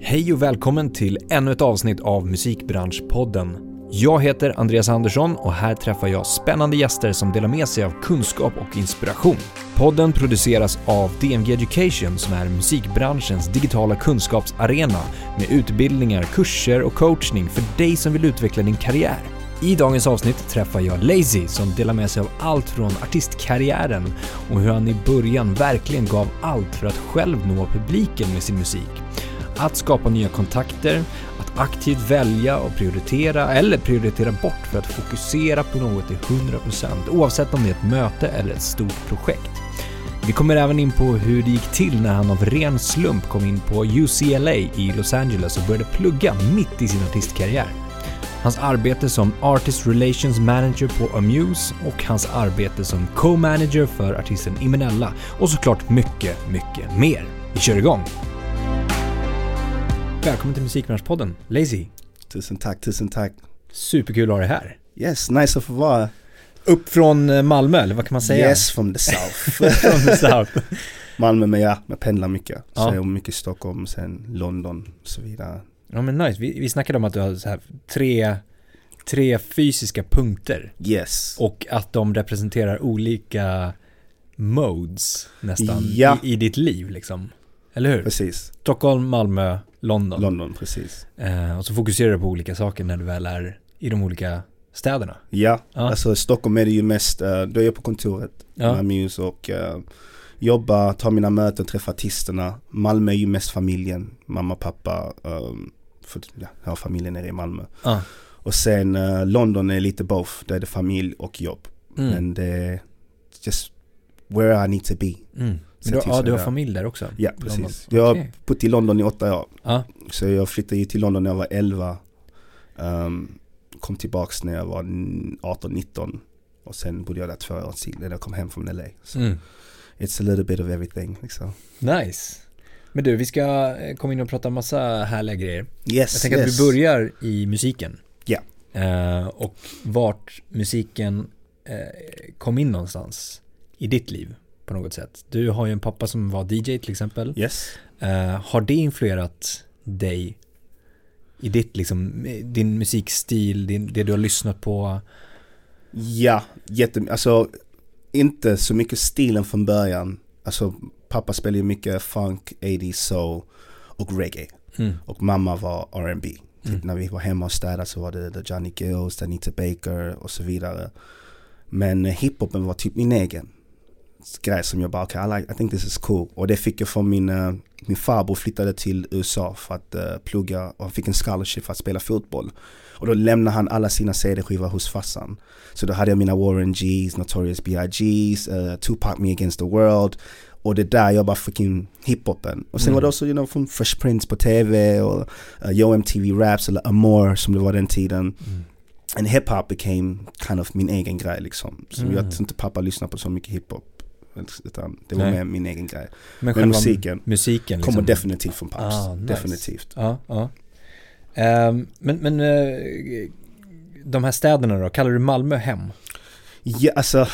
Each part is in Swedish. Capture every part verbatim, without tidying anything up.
Hej och välkommen till ännu ett avsnitt av Musikbranschpodden. Jag heter Andreas Andersson och här träffar jag spännande gäster som delar med sig av kunskap och inspiration. Podden produceras av D M G Education som är musikbranschens digitala kunskapsarena med utbildningar, kurser och coachning för dig som vill utveckla din karriär. I dagens avsnitt träffar jag Lazy som delar med sig av allt från artistkarriären och hur han i början verkligen gav allt för att själv nå publiken med sin musik. Att skapa nya kontakter, att aktivt välja och prioritera eller prioritera bort för att fokusera på något till hundra procent oavsett om det är ett möte eller ett stort projekt. Vi kommer även in på hur det gick till när han av ren slump kom in på U C L A i Los Angeles och började plugga mitt i sin artistkarriär. Hans arbete som Artist Relations Manager på Amuse och hans arbete som co-manager för artisten Imenella och såklart mycket, mycket mer. Vi kör igång! Välkommen till Musikbranschpodden, Lazy. Tusen tack, tusen tack. Superkul att ha dig här. Yes, nice att få vara. Upp från Malmö, eller vad kan man säga? Yes, from the south. From the south. Malmö, men ja, jag pendlar mycket. Ja. Så jag är mycket i Stockholm, sen London och så vidare. Ja men nice, vi, vi snackade om att du har så här tre, tre fysiska punkter. Yes. Och att de representerar olika modes nästan Ja. i, i ditt liv liksom. Eller hur? Precis. Stockholm, Malmö, London. London, precis. Eh, och så fokuserar du på olika saker när du väl är i de olika städerna. Ja, Ja. alltså i Stockholm är det ju mest, uh, då är jag på kontoret Ja. med Amuse och uh, jobbar, tar mina möten, träffar artisterna. Malmö är ju mest familjen, mamma, pappa, um, för, ja, jag har familjen nere i Malmö. Ja. Och sen uh, London är lite both, där är det familj och jobb. Mm. Men det är just where I need to be. Mm. Se Du, till ja, så du har där. familj där också? Ja, London. precis. Jag har Okej. bott i London i åtta år. Ja. Så jag flyttade ju till London när jag var elva. Um, kom tillbaks när jag var arton nitton. Och sen bodde jag där två år till när jag kom hem från L A. Så Mm. it's a little bit of everything. Liksom. Nice. Men du, vi ska komma in och prata massa härliga grejer. Yes, Jag tänker yes. att vi börjar i musiken. Ja. Eh, och vart musiken eh, kom in någonstans i ditt liv på något sätt. Du har ju en pappa som var D J till exempel. Yes. Eh, har det influerat dig i ditt liksom, din musikstil, din, det du har lyssnat på? Ja, jätte, alltså inte så mycket stilen från början. Alltså pappa spelade ju mycket funk, åttio, soul och reggae. Mm. Och mamma var R and B. Typ Mm. när vi var hemma och städade så var det The Johnny Gills, Anita Baker och så vidare. Men eh, hiphopen var typ min egen grej som jag bara, okay, I, like, I think this is cool. Och det fick jag från min, uh, min farbror flyttade till U S A för att uh, plugga och han fick en scholarship för att spela fotboll. Och då lämnade han alla sina C D-skivor hos farsan. Så då hade jag mina Warren G's, Notorious B I G's, uh, Tupac Me Against the World. Och det där jag bara fucking hiphopen. Och sen Mm. var det också, you know, från Fresh Prince på T V och uh, Yo M T V Raps eller Amore som det var den tiden. Mm. And hip-hop became kind of min egen grej liksom. Så Mm. jag tror inte pappa lyssnar på så mycket hiphop. Utan det var Nej. mer min egen grej. Men, Men själva musiken, musiken kommer liksom. definitivt från paps. Ah, nice. Definitivt. Ja, ja. Ehm, men men eh, de här städerna då, kallar du Malmö hem? Ja, alltså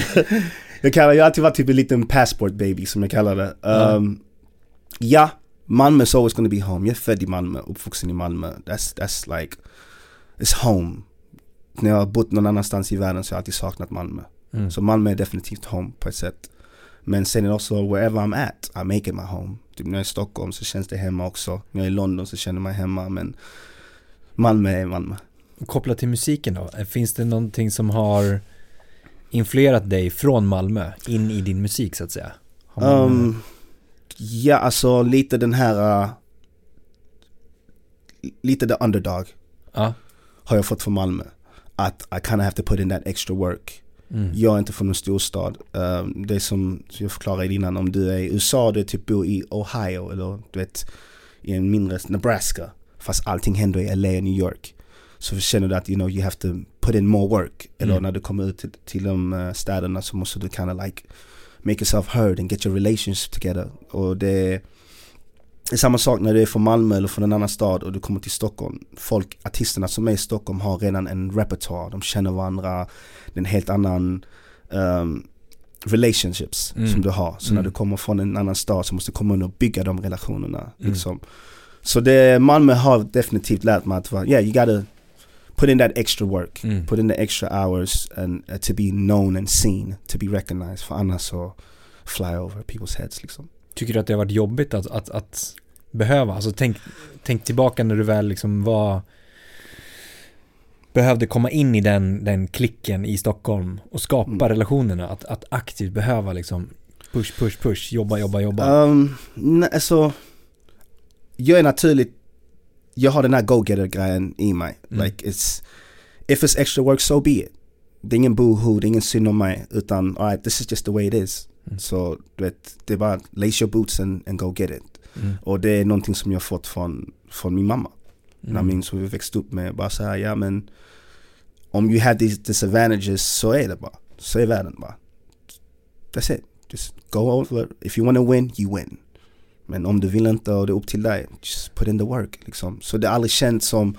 jag kallar, jag har alltid varit typ en liten passport baby som jag kallar det. Um, ja, Malmö is always going to be home. Jag är född i Malmö, uppvuxen i Malmö. That's, that's like, it's home. När jag har bott någon annanstans i världen så har jag alltid saknat Malmö. Mm. Så Malmö är definitivt home på ett sätt. Men sen är det också wherever I'm at, I make it my home. Typ när jag är i Stockholm så känns det hemma också. När jag är i London så känner jag mig hemma. Men Malmö är Malmö. Kopplat till musiken då, finns det någonting som har influerat dig från Malmö in i din musik så att säga? Har man, Um, ja, alltså lite den här uh, lite the underdog ja. har jag fått från Malmö. Att I kind of have to put in that extra work. Mm. Jag är inte från en storstad. Um, det är som jag förklarade innan, om du är i U S A, du typ bor i Ohio eller du vet i en mindre Nebraska, fast allting händer i L A och New York. Så känner du att you know you have to put in more work. Eller Mm. när du kommer ut till, till de uh, städerna så måste du kind of like make yourself heard and get your relations together. Och det är, det är samma sak när du är från Malmö eller från en annan stad och du kommer till Stockholm. Folk, artisterna som är i Stockholm har redan en repertoire. De känner varandra. Det är en helt annan um, relationships mm. som du har. Så mm. när du kommer från en annan stad så måste du komma in och bygga de relationerna. Mm. Liksom. Så det, Malmö har definitivt lärt mig att vara, yeah, you gotta put in that extra work, mm. put in the extra hours and uh, to be known and seen, to be recognized, för annars så fly over people's heads liksom. Tycker du att det har varit jobbigt att, att, att behöva, alltså tänk, tänk tillbaka när du väl liksom var behövde komma in i den, den klicken i Stockholm och skapa mm. relationerna, att, att aktivt behöva liksom push, push, push, jobba, jobba, jobba. Um, nej, alltså jag är naturligt, jag har den här go-getter-grejen i mig. Mm. Like it's, if it's extra work, so be it. Det är ingen boohoo, det är ingen synd om mig, utan all right, this is just the way it is. Mm. Så du vet, det är bara lace your boots and, and go get it. Mm. Och det är någonting som jag har fått från, från min mamma. Mm. Jag minns hur vi växte upp med, bara så här, ja men om you have these disadvantages så är det bara, så är världen bara. That's it, just go over, if you want to win, you win. Men om du vill inte och det är upp till dig, just put in the work liksom. Så det har aldrig känts som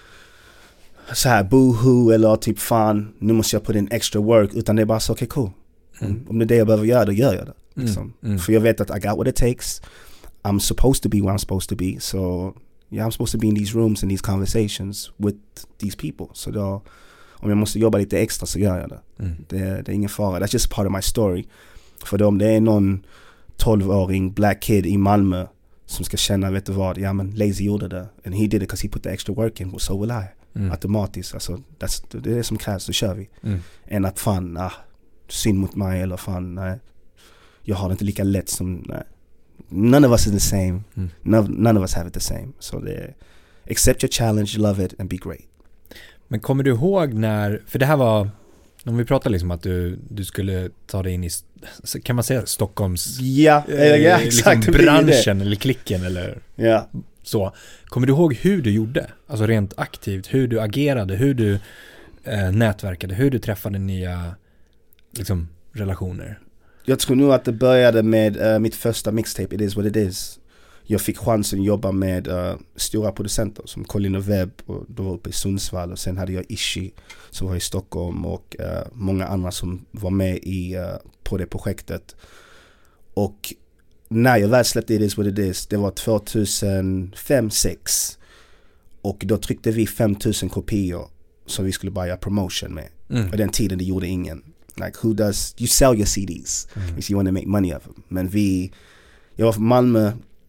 så här boohoo eller typ fan, nu måste jag put in extra work, utan det är bara så okej, okay, cool. Mm. Om det är det jag behöver göra, då gör jag det liksom. Mm. Mm. För jag vet att I got what it takes, I'm supposed to be where I'm supposed to be, so yeah, I'm supposed to be in these rooms and these conversations with these people. Så då, om jag måste jobba lite extra så gör jag det. Mm. det, det är ingen fara, that's just part of my story. För då om det är någon tolv-åring black kid i Malmö som ska känna, vet du vad, ja men Lazy gjorde det and he did it because he put the extra work in, so will I. Mm. Automatiskt, alltså that's, det är det som krävs, så kör vi. Mm. Än att fan, ah, synd mot mig eller fan, nej, jag har det inte lika lätt som, nej. None of us is the same. Mm. None, none of us have it the same. So det, accept your challenge, love it and be great. Men kommer du ihåg när, för det här var, om vi pratar liksom att du, du skulle ta dig in i, kan man säga Stockholms ja, eh, ja, exakt, liksom branschen eller klicken eller ja. Så. Kommer du ihåg hur du gjorde? Alltså rent aktivt, hur du agerade, hur du eh, nätverkade, hur du träffade nya liksom, relationer? Jag tror nog att det började med uh, mitt första mixtape, It Is What It Is. Jag fick chansen att jobba med uh, stora producenter som Colin och Webb, och då var uppe i Sundsvall, och sen hade jag Ishi som var i Stockholm och uh, många andra som var med i, uh, på det projektet. Och när jag väl släppte It Is What It Is, det var tjugohundrafem sex, och då tryckte vi fem tusen kopior som vi skulle bara göra promotion med. Mm. Och den tiden det gjorde ingen. Like who does, you sell your C Ds mm. if you want to make money of them. Men vi, jag var från Malmö,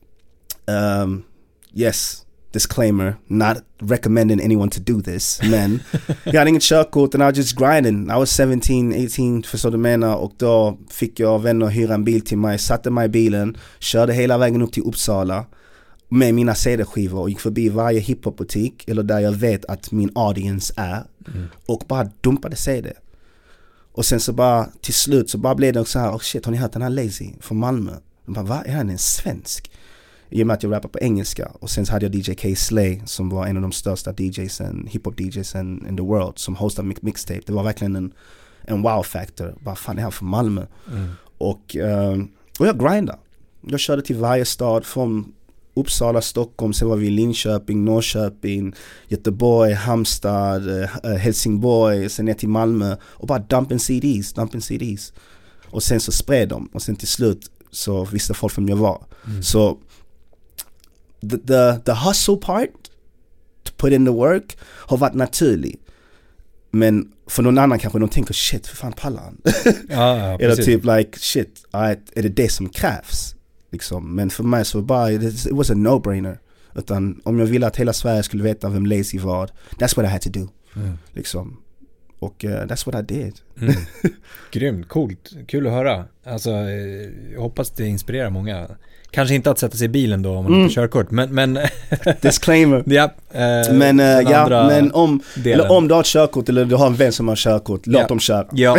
um, yes, disclaimer, not recommending anyone to do this, men jag hade inget körkort and I was just grinding. I was seventeen, eighteen, förstår du menar, och då fick jag vänner hyra en bil till mig, satte mig i bilen, körde hela vägen upp till Uppsala med mina C D-skivor och gick förbi varje hiphopbutik eller där jag vet att min audience är mm. och bara dumpade C D. Och sen så bara till slut så bara blev det så här, oh shit, har ni hört den här Lazy från Malmö? De bara, va? Är han en svensk? I och med att jag rappar på engelska. Och sen så hade jag D J K Slay som var en av de största D Js and hiphop D Js in, in the world som hostade mitt mixtape. Det var verkligen en, en wow factor. Bara fan, är han från Malmö? Mm. Och, um, och jag grindade. Jag körde till varje stad från Uppsala, Stockholm, sen var vi i Linköping, Norrköping, Göteborg, Halmstad, uh, Helsingborg, sen ner till Malmö och bara dumpen C Ds, dumpen C Ds. Och sen så spred de och sen till slut så visste folk vem jag var. Mm. Så the, the, the hustle part, to put in the work, har varit naturlig. Men för någon annan kanske de tänker shit, för fan pallar han? Ja, ja, eller typ like shit, right, är det det som krävs? Liksom. Men för mig så bara, it was a no-brainer. Utan om jag ville att hela Sverige skulle veta vem Lazy var, that's what I had to do. Mm. Liksom. Och uh, that's what I did. Mm. Grymt, coolt, kul att höra. Alltså, jag hoppas det inspirerar många. Kanske inte att sätta sig i bilen då om man mm. inte kör kort, men... men disclaimer. Ja, eh, men uh, ja, men om, eller om du har ett körkort eller du har en vän som har körkort, låt ja. dem köra. Ja.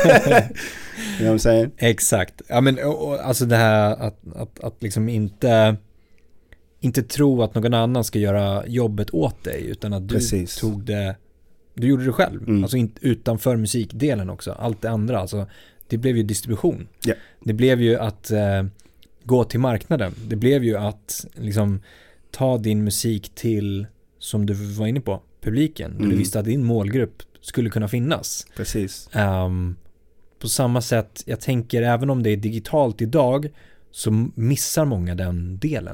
You know what I'm saying? Exakt. Ja, men alltså det här att, att, att liksom inte inte tro att någon annan ska göra jobbet åt dig, utan att du Precis. tog det, du gjorde det själv. Mm. Alltså in, utanför musikdelen också. Allt det andra, alltså det blev ju distribution. Yeah. Det blev ju att eh, gå till marknaden. Det blev ju att liksom ta din musik till, som du var inne på, publiken. Mm. Du visste att din målgrupp skulle kunna finnas. Precis. Um, på samma sätt, jag tänker även om det är digitalt idag så missar många den delen.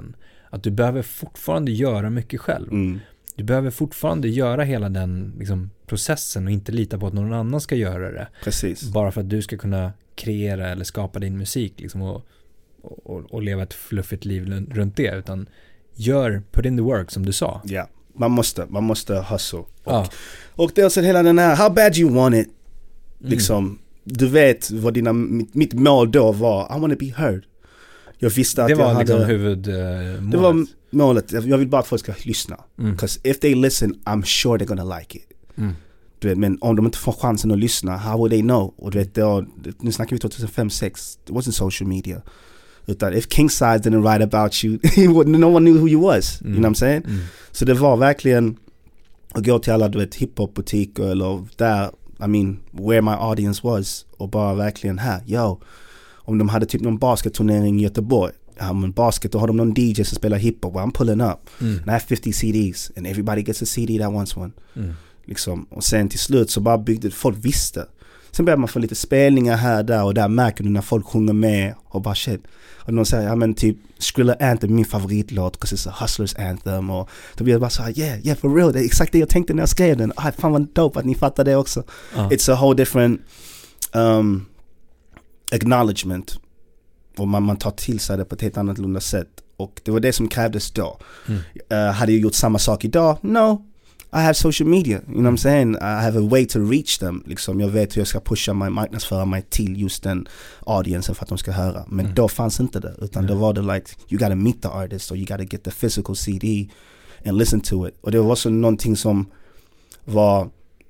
att du behöver fortfarande göra mycket själv. Mm. Du behöver fortfarande göra hela den liksom, processen och inte lita på att någon annan ska göra det. Precis. Bara för att du ska kunna kreera eller skapa din musik liksom, och, och, och leva ett fluffigt liv runt det. Utan gör, put in the work som du sa. Ja, yeah. man måste, man måste hustle. Och, ja. och det är alltså hela den här, how bad you want it. Liksom, mm. du vet vad dina, mitt, mitt mål då var, I want to be heard. Jag visste att det var jag liksom hade, huvudmålet. Det var målet. Jag vill bara att folk ska lyssna. Mm. Because if they listen, I'm sure they're gonna like it. Mm. Du vet, men om de inte får chansen att lyssna, how will they know? Och du vet, då, nu snackar vi tjugohundrafem sex, it wasn't social media. Utan if Kingside didn't write about you, no one knew who you was. Mm. You know what I'm saying? Mm. Så det var verkligen att gå till alla, du vet, hiphop-butiker eller där, I mean, where my audience was. Och bara verkligen här, yo. Om de hade typ någon basketturnering i Göteborg, ja men basket, då har de någon D J som spelar hiphop, I'm pulling up. Mm. And I have fifty C Ds and everybody gets a C D that wants one. Mm. Liksom. Och sen till slut så bara byggde, folk visste. Sen började man få lite spelningar här, där och där märker du när folk sjunger med och bara shit. Och någon säger, ja men typ Skrilla Anthem, min favoritlåt, because it's a hustlers anthem. Och då blir det bara så här, yeah, yeah for real, det är exakt det jag tänkte när jag skrev den. Ah, fan vad dope att ni fattar det också. Uh. It's a whole different um, acknowledgement. Och man, man tar till sig det på ett helt annat sätt. Och det var det som krävdes då. Mm. Uh, hade jag gjort samma sak idag? No. I have social media, you know what I'm saying? I have a way to reach them. Liksom, jag vet hur jag ska pusha mig, marknadsföra mig till just den audiencen för att de ska höra. Men mm. då fanns inte det. Utan mm. då var det like, you gotta meet the artist or you gotta get the physical C D and listen to it. Och det var också någonting som var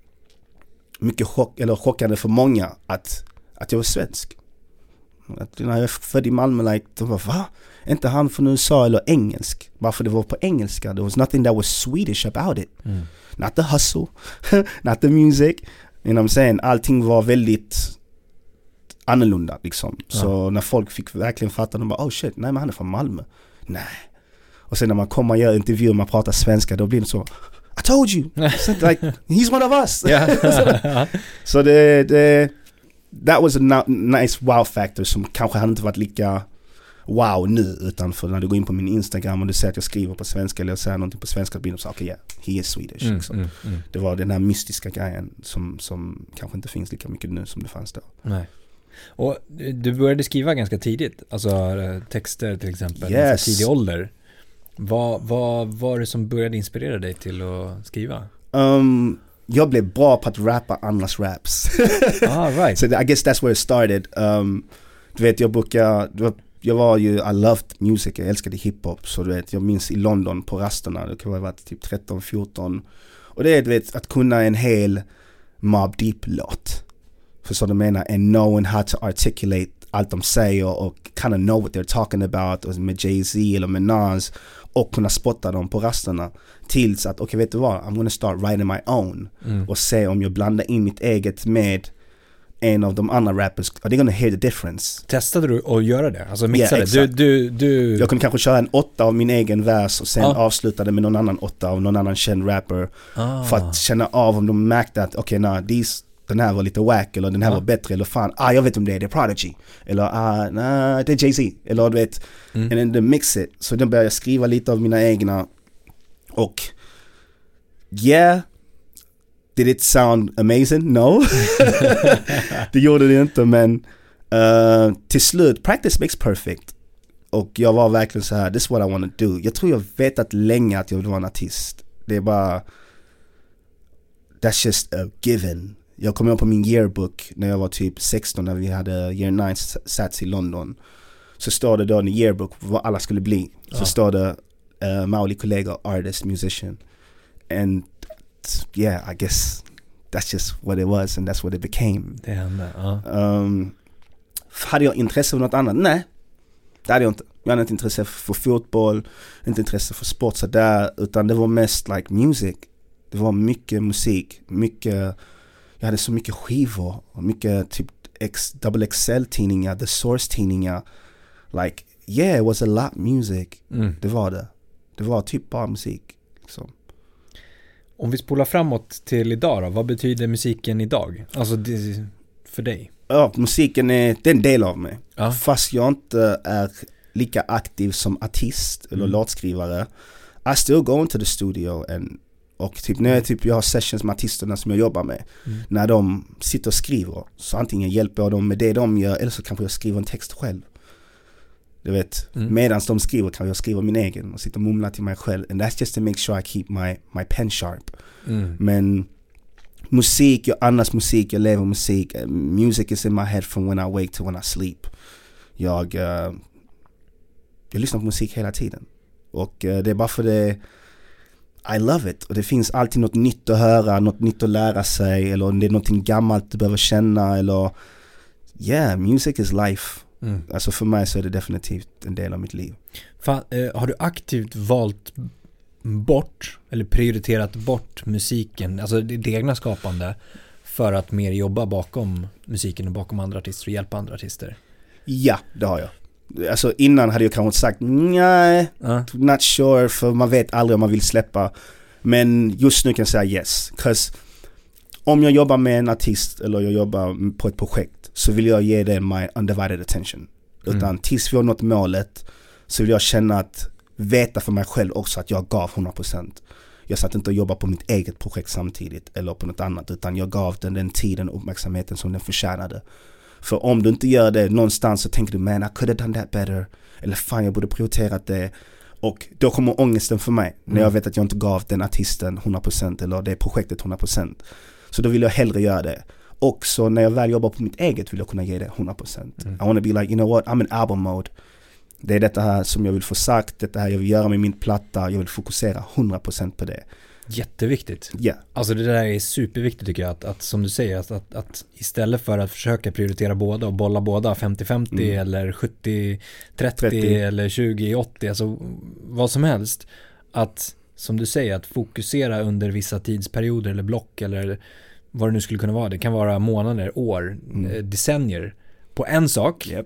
mycket chock, eller chockande för många att, att jag var svensk. Att när jag är född i Malmö, like, de var, va? Inte han från U S A eller engelsk. Bara för det var på engelska. There was nothing that was Swedish about it. Mm. Not the hustle. Not the music. You know what I'm saying? Allting var väldigt annorlunda liksom. Ja. Så när folk fick verkligen fatta, de bara, oh shit, nej men han är från Malmö. Nej. Och sen när man kommer och gör intervjuer och man pratar svenska, då blir det så, I told you. Like, he's one of us. Yeah. Så det, det that was a no- nice wow factor som kanske hade inte varit lika wow nu, utan för när du går in på min Instagram och du ser att jag skriver på svenska eller jag säger någonting på svenska, blir de så, okej, okay, yeah, he is Swedish. Mm, liksom. mm, mm. Det var den här mystiska grejen som, som kanske inte finns lika mycket nu som det fanns då. Nej. Och du började skriva ganska tidigt, alltså texter till exempel, yes. i tidig ålder. Vad, vad var det som började inspirera dig till att skriva? Um, jag blev bra på att rappa andras raps. Ah, right. So I guess that's where it started. Um, du vet, jag brukar... Jag var ju, I loved music, jag älskade hiphop. Så du vet, jag minns i London på rasterna, det kan ha varit typ tretton fjorton. Och det är, du vet, att kunna en hel Mobb Deep-låt. För så de menar, and knowing how to articulate allt de säger och kind of know what they're talking about, och med Jay-Z eller med Nas, och kunna spotta dem på rasterna tills att, okej, okay, vet du vad, I'm gonna start writing my own. Mm. Och se om jag blandar in mitt eget med en av de andra rappers, are they gonna hear the difference? Testade du att göra det? Alltså mixa yeah, det? Du, du, du... Jag kunde kanske köra en åtta av min egen vers och sen ah. avsluta det med någon annan åtta av någon annan känd rapper. Ah. För att känna av om de märkte att okej, okay, nah, den här var lite wack, eller den här ah. var bättre, eller fan, ah, jag vet om det är, det är Prodigy. Eller ah, nah, det är Jay-Z. Eller du vet, mm. and then they mix it. Så då började jag skriva lite av mina egna. Och yeah, did it sound amazing? No. Det gjorde det inte, men uh, till slut, practice makes perfect. Och jag var verkligen så här, this is what I want to do. Jag tror jag vet att länge att jag vill vara en artist. Det är bara, that's just a given. Jag kommer ihåg på min yearbook när jag var typ sexton, när vi hade year nine sats i London. Så står det då en yearbook vad alla skulle bli. Så ja. står det uh, Mauli kollega, artist, musician. And yeah, I guess that's just what it was and that's what it became. Det hände, ja. Um, hade jag intresse för något annat? Nej, det hade jag inte. Jag hade inte intresse för fotboll, inte intresse för sport så där, utan det var mest like music. Det var mycket musik, mycket, jag hade så mycket skivor, mycket typ X, double X L-tidningar, The Source-tidningar. Like, yeah, it was a lot music. Mm. Det var det. Det var typ bara musik, liksom. Om vi spolar framåt till idag då, vad betyder musiken idag? Alltså det, för dig? Ja, musiken är, det är en del av mig. Ja. Fast jag inte är lika aktiv som artist eller Mm. låtskrivare. I still go into the studio and, och typ när jag, typ, jag har sessions med artisterna som jag jobbar med. Mm. När de sitter och skriver, så antingen hjälper jag dem med det de gör, eller så kanske jag skriver en text själv. Du vet, Mm. medan de skriver kan jag skriva min egen och sitta och mumla till mig själv. And that's just to make sure I keep my, my pen sharp. Mm. Men musik, jag andas musik, jag lever musik. Music is in my head from when I wake to when I sleep. Jag, uh, jag lyssnar på musik hela tiden. Och uh, det är bara för det I love it. Och det finns alltid något nytt att höra, något nytt att lära sig, eller om det är någonting gammalt du behöver känna, eller yeah, music is life. Mm. Alltså för mig så är det definitivt en del av mitt liv. Fan, eh, har du aktivt valt bort eller prioriterat bort musiken, alltså det, det egna skapande, för att mer jobba bakom musiken och bakom andra artister och hjälpa andra artister? Ja, det har jag. Alltså innan hade jag kanske sagt nej, Uh. not sure, för man vet aldrig om man vill släppa. Men just nu kan jag säga yes. 'Cause om jag jobbar med en artist eller jag jobbar på ett projekt, så vill jag ge det my undivided attention. Utan Mm. tills vi har nått målet så vill jag känna att, veta för mig själv också att jag gav hundra procent. Jag satt inte och jobbade på mitt eget projekt samtidigt eller på något annat, utan jag gav den den tiden och uppmärksamheten som den förtjänade. För om du inte gör det någonstans så tänker du, man, I could have done that better. Eller fan, jag borde prioriterat det. Och då kommer ångesten för mig. Mm. När jag vet att jag inte gav den artisten hundra procent eller det projektet hundra procent. Så då vill jag hellre göra det. Och så när jag väl jobbar på mitt eget vill jag kunna ge det hundra procent. Mm. I want to be like, you know what, I'm in album mode. Det är detta här som jag vill få sagt. Detta här jag vill göra med min platta. Jag vill fokusera hundra procent på det. Jätteviktigt. Ja. Yeah. Alltså det där är superviktigt tycker jag, att, att som du säger, att, att, att istället för att försöka prioritera båda och bolla båda femtio femtio mm. eller sjuttio trettio trettio eller tjugo åttio, alltså vad som helst, att som du säger, att fokusera under vissa tidsperioder eller block eller vad det nu skulle kunna vara. Det kan vara månader, år, mm. decennier på en sak. Yep.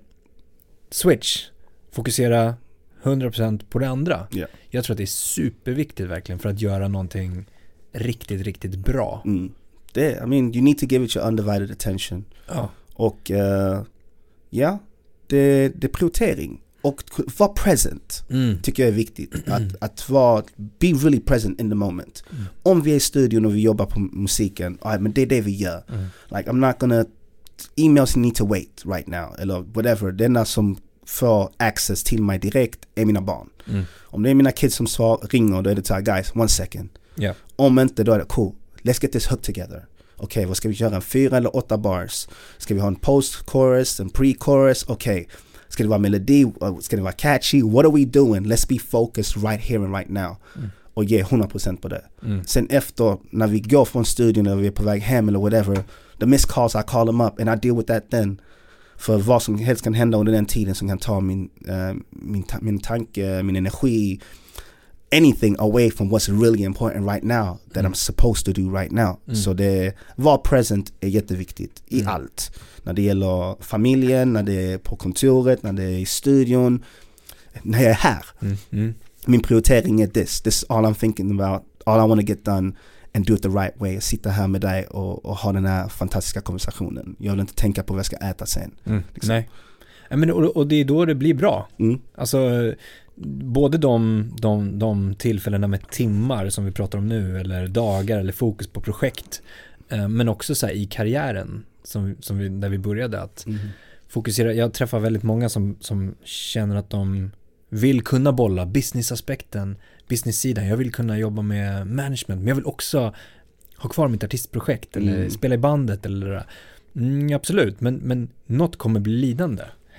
Switch. Fokusera hundra procent på det andra. Yeah. Jag tror att det är superviktigt verkligen för att göra någonting riktigt, riktigt bra. Mm. Det, I mean, you need to give it your undivided attention. Ja. Och uh, ja, det, det är prioritering. Och vara present mm. tycker jag är viktigt. Att, att vara, be really present in the moment. Mm. Om vi är i studion och vi jobbar på musiken, right, men det är det vi gör. Mm. Like, I'm not gonna, emails need to wait right now. Eller whatever. Det enda som får access till mig direkt är mina barn. Mm. Om det är mina kids som svar, ringer, då är det så här, guys, one second. Yeah. Om inte, då är det cool. Let's get this hook together. Okej, okay, vad ska vi göra? En fyra eller åtta bars? Ska vi ha en post-chorus, en pre-chorus? Okej. Okay. Ska det vara melodi? Ska det vara catchy? What are we doing? Let's be focused right here and right now. Mm. Och ge hundra procent på det. Mm. Sen efter, när vi går från studion eller vi är på väg hem eller whatever, the missed calls, I call them up and I deal with that then. För vad som helst kan hända under den tiden som kan ta min, uh, min, ta- min tanke, min energi, anything away from what's really important right now that mm. I'm supposed to do right now. Mm. Så det, var present är jätteviktigt i mm. allt. När det gäller familjen, när det är på kontoret, när det är i studion, när jag är här. Mm. Mm. Min prioritering är this. This is all I'm thinking about. All I want to get done and do it the right way. Sitta här med dig och, och ha den här fantastiska konversationen. Jag vill inte tänka på vad jag ska äta sen. Mm. Liksom. Nej. Men, och, och det är då det blir bra. Mm. Alltså både de, de, de tillfällena med timmar som vi pratar om nu, eller dagar eller fokus på projekt, eh, men också så här i karriären som, som vi, där vi började att mm. fokusera. Jag träffar väldigt många som, som känner att de vill kunna bolla businessaspekten, business-sidan. Jag vill kunna jobba med management, men jag vill också ha kvar mitt artistprojekt eller mm. spela i bandet eller det där. Mm, absolut, men, men något kommer bli lidande.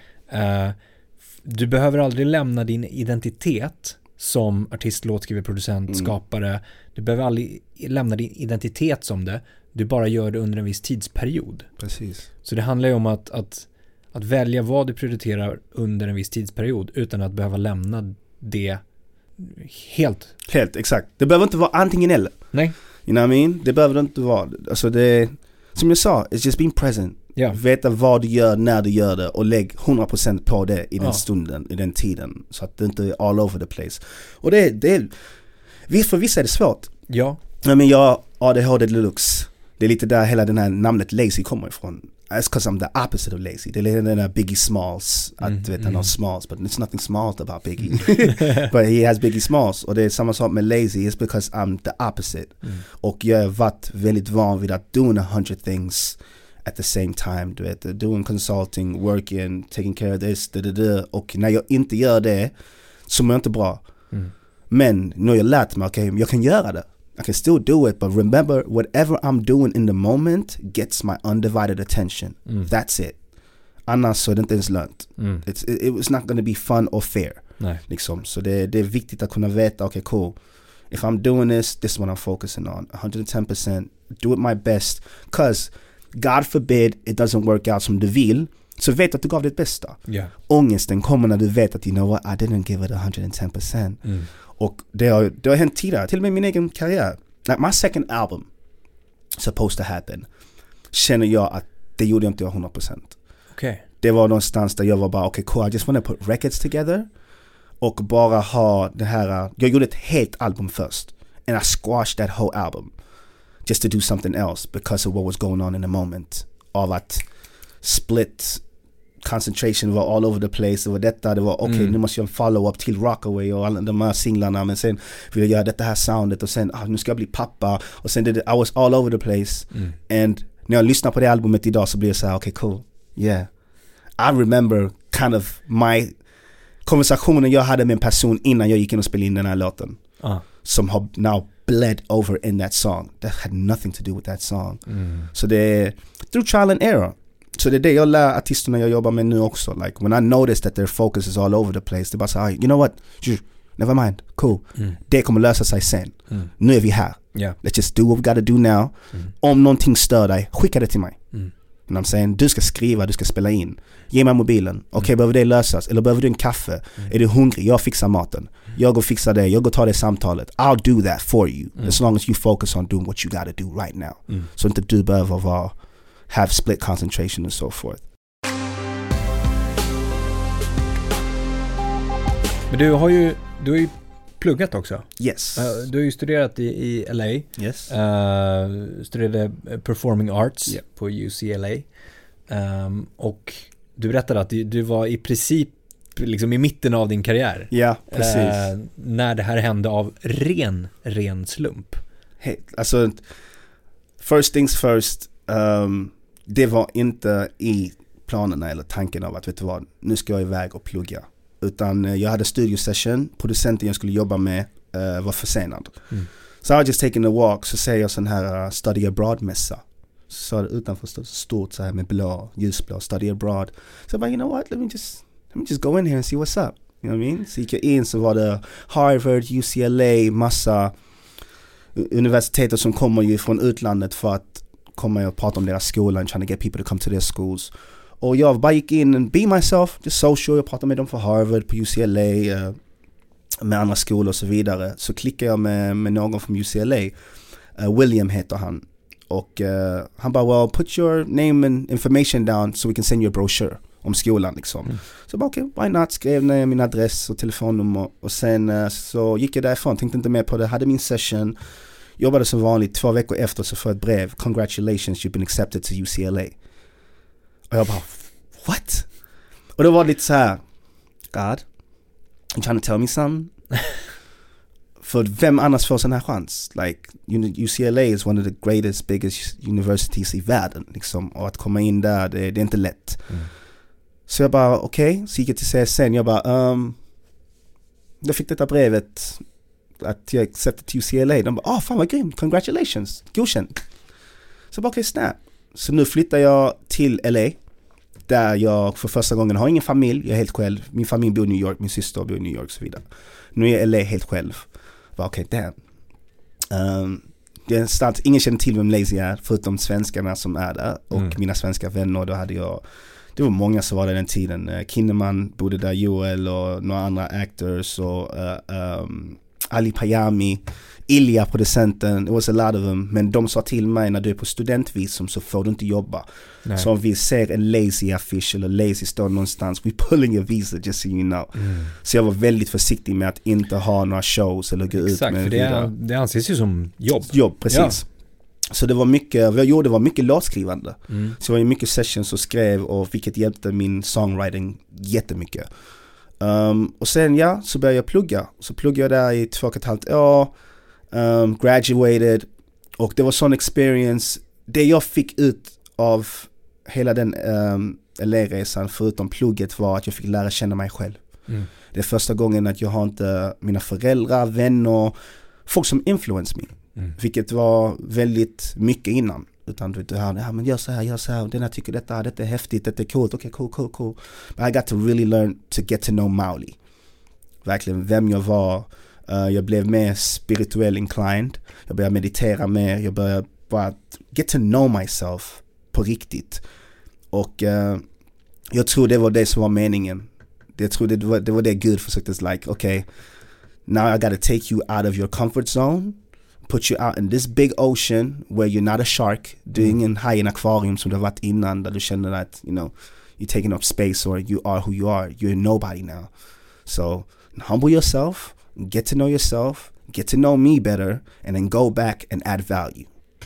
Uh, du behöver aldrig lämna din identitet som artist, låtskrivare, producent, mm. skapare. Du behöver aldrig lämna din identitet som det. Du bara gör det under en viss tidsperiod. Precis. Så det handlar ju om att, att, att välja vad du prioriterar under en viss tidsperiod utan att behöva lämna det helt. Helt, exakt. Det behöver inte vara antingen eller. Nej. You know what I mean? Det behöver det inte vara. Alltså det, som jag sa, it's just being present. Ja. Veta vad du gör, när du gör det och lägg hundra procent på det i den ja. stunden, i den tiden. Så att det inte är all over the place. Och det, det för vissa är det svårt. Ja. Men jag A D H D deluxe. Det är lite där hela den här namnet lazy kommer ifrån. It's because I'm the opposite of lazy. Det är den där Biggie Smalls. Mm, Att vet, mm. han har Smalls, but it's nothing small about Biggie. But he has Biggie Smalls. Och det är samma sak med lazy. It's because I'm the opposite. Mm. Och jag har varit väldigt van vid att doing a hundred things at the same time. Du vet, doing consulting, working, taking care of this, da, da, da. Och när jag inte gör det så mår jag inte bra. Mm. Men nu har jag lärt mig, okej, okay, jag kan göra det. I can still do it, but remember, whatever I'm doing in the moment gets my undivided attention. Mm. That's it. Annars så är det inte ens lönt. Mm. It's, it, it was not going to be fun or fair. Nej. Liksom. Så det, det är viktigt att kunna veta, okay, cool. If I'm doing this, this is what I'm focusing on. one hundred ten percent. Do it my best. Because, God forbid, it doesn't work out som du vill. Så vet att du gav ditt bästa. Yeah. Ångesten kommer när du vet att, you know what, I didn't give it one hundred ten percent. Mm. Och det har, det har hänt tidigare, till och med min egen karriär. Like my second album, Supposed to Happen, känner jag att det gjorde inte jag one hundred percent. Okay. Det var någonstans där jag var bara, okay cool, I just want to put records together. Och bara ha det här, jag gjorde ett helt album först. And I squashed that whole album. Just to do something else because of what was going on in the moment. Av att split concentration var all over the place. Det var detta, det var okej, okay, mm. nu måste jag follow-up till Rockaway och alla de här singlarna, men sen vill jag göra detta här soundet och sen, ah, nu ska jag bli pappa och sen, det, I was all over the place. Mm. And när jag lyssnar på det albumet idag så blir jag så här, okej okay, cool, yeah. I remember kind of my konversationen jag hade med en person innan jag gick in och spelade in den här låten. Uh. Som har now bled over in that song. That had nothing to do with that song. Mm. Så det är through trial and error. Så det är det jag lär artisterna jag jobbar med nu också. Like when I notice that their focus is all over the place, det är bara så här, you know what? Never mind, cool. Mm. Det kommer lösa sig sen. Mm. Nu är vi här. Yeah. Let's just do what we gotta do now. Mm. Om någonting stör dig, skicka det till mig. Mm. You know what I'm saying? Du ska skriva, du ska spela in. Ge mig mobilen. Okej, okay, mm. behöver det lösas? Eller behöver du en kaffe? Mm. Är du hungrig? Jag fixar maten. Mm. Jag går och fixar det. Jag går och tar det samtalet. I'll do that for you. Mm. As long as you focus on doing what you gotta do right now. Mm. Så inte du behöver vara have split concentration and so forth. Men du har ju du har ju pluggat också. Yes. Uh, du har ju studerat i, i L A. Yes. Uh, studerade performing arts yeah. på U C L A. Um, och du berättade att du, du var i princip liksom i mitten av din karriär. Ja, yeah, precis. Uh, när det här hände av ren, ren slump. Hey, alltså, first things first, um, det var inte i planerna eller tanken av att, vet du vad, nu ska jag iväg och plugga. Utan uh, jag hade studiosession, producenten jag skulle jobba med uh, var försenad. Mm. Så I was just taking a walk, så ser jag sån här uh, study abroad-mässa. Så utanför stod stort så här med blå, ljusblå, study abroad. Så jag bara, you know what, let me just, let me just go in here and see what's up. You know what I mean? Så gick jag in, så var det Harvard, U C L A, massa universiteter som kommer ju från utlandet för att komma och prata om deras skola and trying to get people to come to their schools. Och jag bara gick in and be myself, just social. Jag pratade med dem för Harvard, på U C L A, uh, med andra skolor och så vidare. Så klickade jag med, med någon från U C L A. Uh, William heter han. Och uh, han bara, well, put your name and information down so we can send you a brochure om skolan liksom. Mm. Så bara, okej, okay, why not? Skrev ner min adress och telefonnummer. Och sen uh, så gick jag därifrån, tänkte inte mer på det. Hade min session, jobbade som vanligt. Två veckor efter så får jag ett brev. Congratulations, you've been accepted to U C L A. Och jag bara, what? Och det var lite så här, God, you trying to tell me something? För vem annars får sån här chans? Like, U C L A is one of the greatest, biggest universities i världen. Liksom. Och att komma in där, det, det är inte lätt. Mm. Så jag bara, okej. Okay. Så gick jag till C S N. Jag bara, um, jag fick detta brevet att jag accepted till U C L A. De bara, oh fan vad grymt, congratulations, godkänt. Så jag bara, okej, okay, snap. Så nu flyttar jag till L A. Där jag för första gången har ingen familj. Jag är helt själv. Min familj bor i New York. Min syster bor i New York och så vidare. Nu är jag i L A helt själv. Okej, okay, damn. Um, det är en stans, ingen känner till vem Lazy är förutom svenskarna som är där. Och mm. mina svenska vänner. Då hade jag, det var många som var där den tiden. Uh, Kinnaman bodde där, Joel och några andra actors. Och uh, um, Ali Payami, Ilja, producenten. It was a lot of them. Men de sa till mig, när du är på studentvisum så får du inte jobba. Nej. Så om vi ser en Lazy affisch eller Lazy står någonstans, we pulling your visa just so you know. Mm. Så jag var väldigt försiktig med att inte ha några shows eller gå Exakt, ut med för det, är, det anses ju som jobb. Jobb, precis. Så det var mycket, vad jag gjorde var mycket låtskrivande. Mm. Så det var ju mycket sessions och skrev, och vilket hjälpte min songwriting jättemycket. Um, och sen ja, så började jag plugga. Så pluggade jag där i två och ett halvt år. Um, graduated. Och det var sån experience. Det jag fick ut av hela den um, L A-resan, förutom plugget, var att jag fick lära känna mig själv. Mm. Det är första gången att jag har inte mina föräldrar, vänner, folk som influence me. Mm. Vilket var väldigt mycket innan. Utan du, du hörde, ja men gör så här, gör så här, den här tycker detta, detta är häftigt, detta är coolt, okej, okay, cool, cool, cool. But I got to really learn to get to know Mauli. Verkligen vem jag var. Uh, jag blev mer spirituell inclined. Jag började meditera mer, jag började bara get to know myself på riktigt. Och uh, jag tror det var det som var meningen. Jag tror det var det, var det Gud försökte, like, okay, now I gotta take you out of your comfort zone, put you out in this big ocean where you're not a shark. Du är ingen haj i en akvarium som du har varit innan, där du känner att, you know, you're taking up space, or you are who you are. You're nobody now. So humble yourself, get to know yourself, get to know me better, and then go back and add value.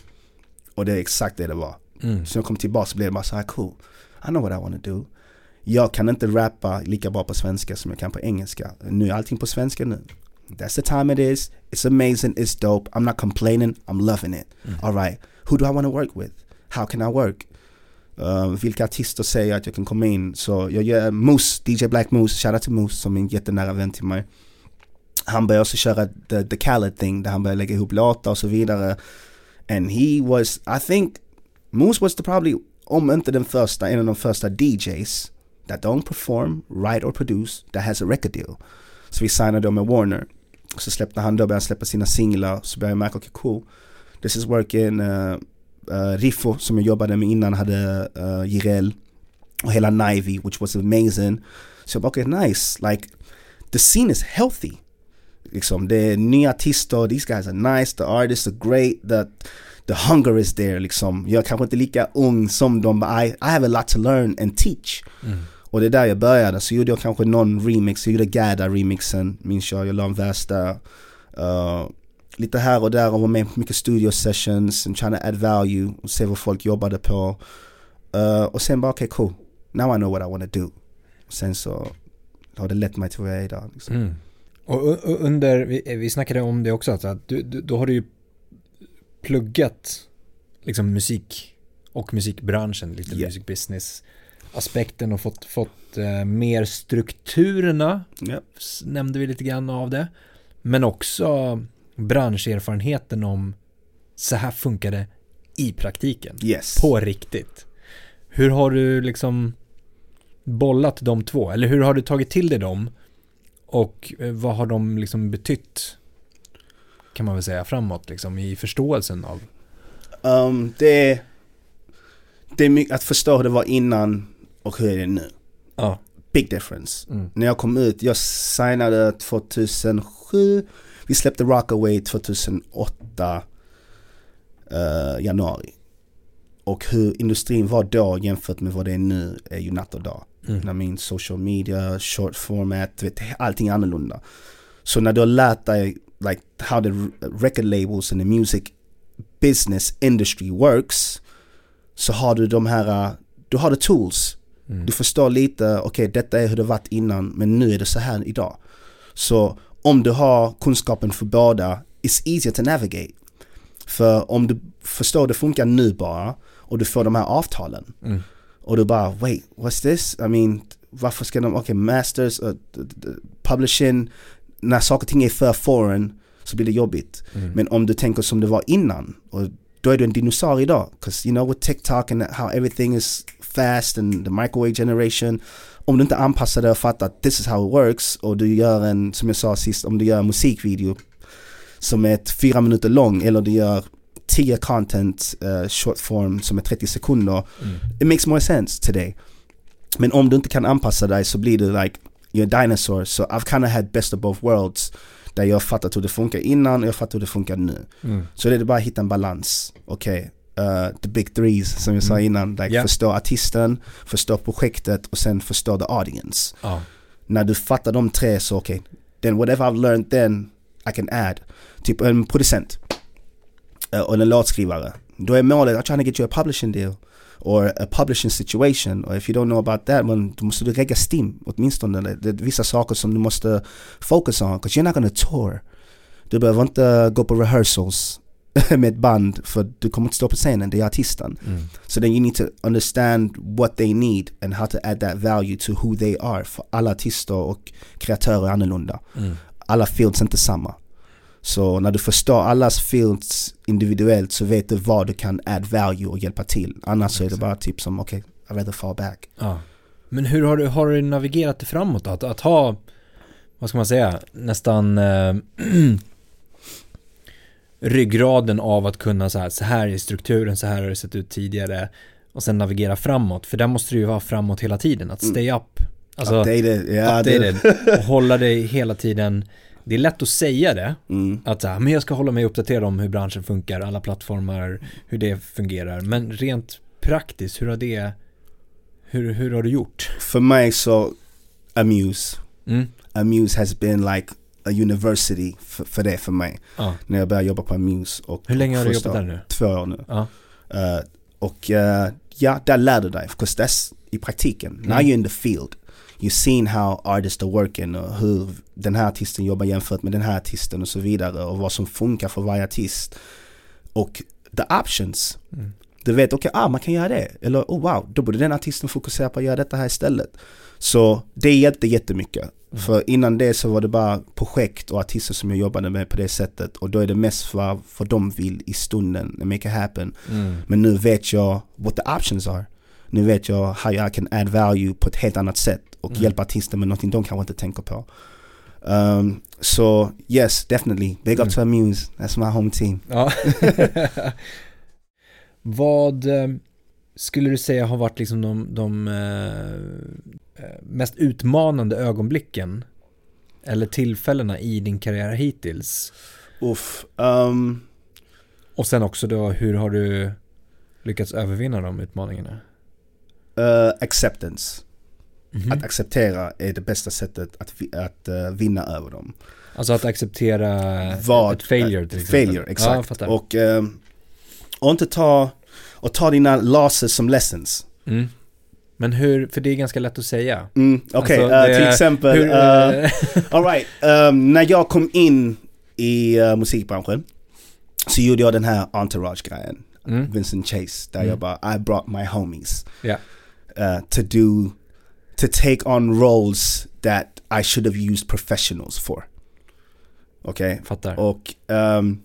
Och det är exakt det det var. Mm. Så jag kom tillbaka så blev det bara så här, cool, I know what I want to do. Jag kan inte rappa lika bra på svenska som jag kan på engelska. Nu är allting på svenska nu. That's the time it is. It's amazing. It's dope. I'm not complaining. I'm loving it. Mm. All right. Who do I want to work with? How can I work? Uh, vilka artister säger att jag kan komma in? Så jag gör Moose, D J Black Moose. Shout out till Moose som är en jättenära vän till mig. Han började också köra the, the Khaled thing, där han började lägga ihop låtar och så vidare. And he was, I think, Moose was the probably, om inte den första, en av de första D Js that don't perform, write or produce, that has a record deal. Så vi signade dem med Warner. Så släppte han då, började släppa sina singlar. Så började jag märka, okay, cool, this is working. uh, uh, Riffo som jag jobbade med innan hade uh, Jireel och hela Nivey, which was amazing. Så jag bara, okay, nice, like the scene is healthy. Liksom, det är nya artister, these guys are nice, the artists are great, the, the hunger is there liksom. Jag är kanske inte lika ung som dem, but I, I have a lot to learn and teach. Mm. Och det är där jag började. Så gjorde jag kanske någon remix. Jag gjorde Gada-remixen, minns jag. Jag la en vers där. Uh, lite här och där och var med på mycket studio sessions and trying to add value och se vad folk jobbade på. Uh, och sen bara, okay, cool. Now I know what I want to do. Och sen så har det lett mig till vad jag är idag. Liksom. Mm. Och, och under, vi, vi snackade om det också, att du, du, då har du ju pluggat liksom musik och musikbranschen, lite yeah. musikbusiness aspekten och fått, fått eh, mer strukturerna, yep. nämnde vi lite grann av det, men också branscherfarenheten om så här funkar det i praktiken, yes. på riktigt. Hur har du liksom bollat de två, eller hur har du tagit till dig dem och eh, vad har de liksom betytt, kan man väl säga, framåt liksom, i förståelsen av? Um, det, det är mycket att förstå hur det var innan och hur är det nu. Ja. Big difference. Mm. När jag kom ut, jag signade tjugohundrasju, vi släppte Rockaway tjugohundraåtta uh, januari. Och hur industrin var då jämfört med vad det är nu är ju natt och dag. Mm. I mean, social media, short format, vet, allting är annorlunda. Så när du har lärt dig like how the record labels and the music business industry works, så har du de här, du har the tools. Mm. Du förstår lite, okej, okay, detta är hur det varit innan, men nu är det så här idag. Så om du har kunskapen för båda, it's easier to navigate. För om du förstår det funkar nu bara, och du får de här avtalen, mm. och du bara, wait, what's this? I mean, varför ska de, okej, okay, masters, uh, publishing, när saker och ting är för foreign så blir det jobbigt. Mm. Men om du tänker som det var innan, och då är du en dinosaurie idag. Because you know, with TikTok and how everything is fast and the microwave generation, om du inte anpassar dig och fattar att this is how it works, och du gör en, som jag sa sist, om du gör en musikvideo som är ett fyra minuter lång, eller du gör tio content uh, short form som är trettio sekunder, mm. it makes more sense today. Men om du inte kan anpassa dig så blir det like you're a dinosaur. So I've kind of had best of both worlds, där jag fattat hur det funkar innan och jag fattar hur det funkar nu. Mm. Så det är bara att hitta en balans. Okej, okay. uh, the big threes som jag sa mm. innan, like yeah. förstå artisten, förstå projektet och sen förstå the audience. Oh. När du fattar de tre så okej, okay, then whatever I've learned then I can add. Typ en producent uh, och en låtskrivare. då är målet I'm trying to get you a publishing deal or a publishing situation, or if you don't know about that, men då måste du regga stim åtminstone. Det är vissa saker som du måste focus on, because you're not gonna tour. Du behöver inte gå på rehearsals med ett band, för du kommer inte stå på scenen, det är artisten. Mm. So then you need to understand what they need and how to add that value to who they are. För alla artister och kreatörer är annorlunda. Mm. Alla fields är inte samma. Så när du förstår allas fields individuellt så vet du vad du kan add value och hjälpa till. Annars så är det bara typ som okej, okay, I'd rather fall back. Ja. Men hur har du, har du navigerat det framåt då? Att, att ha, vad ska man säga, nästan äh, ryggraden av att kunna så här, så här är strukturen, så här har det sett ut tidigare, och sen navigera framåt, för där måste du ju vara framåt hela tiden, att stay up, alltså updated, yeah, updated och hålla dig hela tiden. Det är lätt att säga det, mm. att men jag ska hålla mig uppdaterad om hur branschen funkar, alla plattformar, hur det fungerar, men rent praktiskt, hur har det hur, hur har du gjort? För mig så Amuse mm. Amuse has been like a university för, för det för mig. Ah. När jag började jobba på Amuse. Och hur länge har du jobbat där nu? Två år nu. Ah. Uh, och uh, ja, där lärde du dig. Because that's i praktiken. Mm. Now you're in the field. You've seen how artists are working och hur den här artisten jobbar jämfört med den här artisten och så vidare, och vad som funkar för varje artist. Och the options. Mm. Du vet, okej, okay, ah, man kan göra det. Eller, oh wow, då borde den artisten fokusera på att göra detta här istället. Så det hjälpte jättemycket. Mm. För innan det så var det bara projekt och artister som jag jobbade med på det sättet. Och då är det mest för vad de vill i stunden. Make it happen. Mm. Men nu vet jag what the options are. Nu vet jag how I can add value på ett helt annat sätt. Och mm. hjälpa artister med någonting de kanske inte tänker på. Um, so yes, definitely. Big up mm. to Amuse. That's my home team. Ja. Vad eh, skulle du säga har varit liksom de, de eh, mest utmanande ögonblicken eller tillfällena i din karriär hittills? Uff, um, och sen också då, hur har du lyckats övervinna de utmaningarna? Uh, acceptance. Mm-hmm. Att acceptera är det bästa sättet att, att uh, vinna över dem. Alltså att acceptera vad, ett failure till exempel. Failure, exakt. Ja, och, um, och inte ta och ta dina losses som lessons. Mm. Men hur, för det är ganska lätt att säga. Mm, Okej, okay, alltså, uh, till exempel hur, uh, all right, um, när jag kom in i uh, musikbranschen så gjorde jag den här Entourage-grejen. Mm. Vincent Chase, där mm. jag bara I brought my homies yeah. uh, to do to take on roles that I should have used professionals for. Okej? Okay? Fattar. Och um,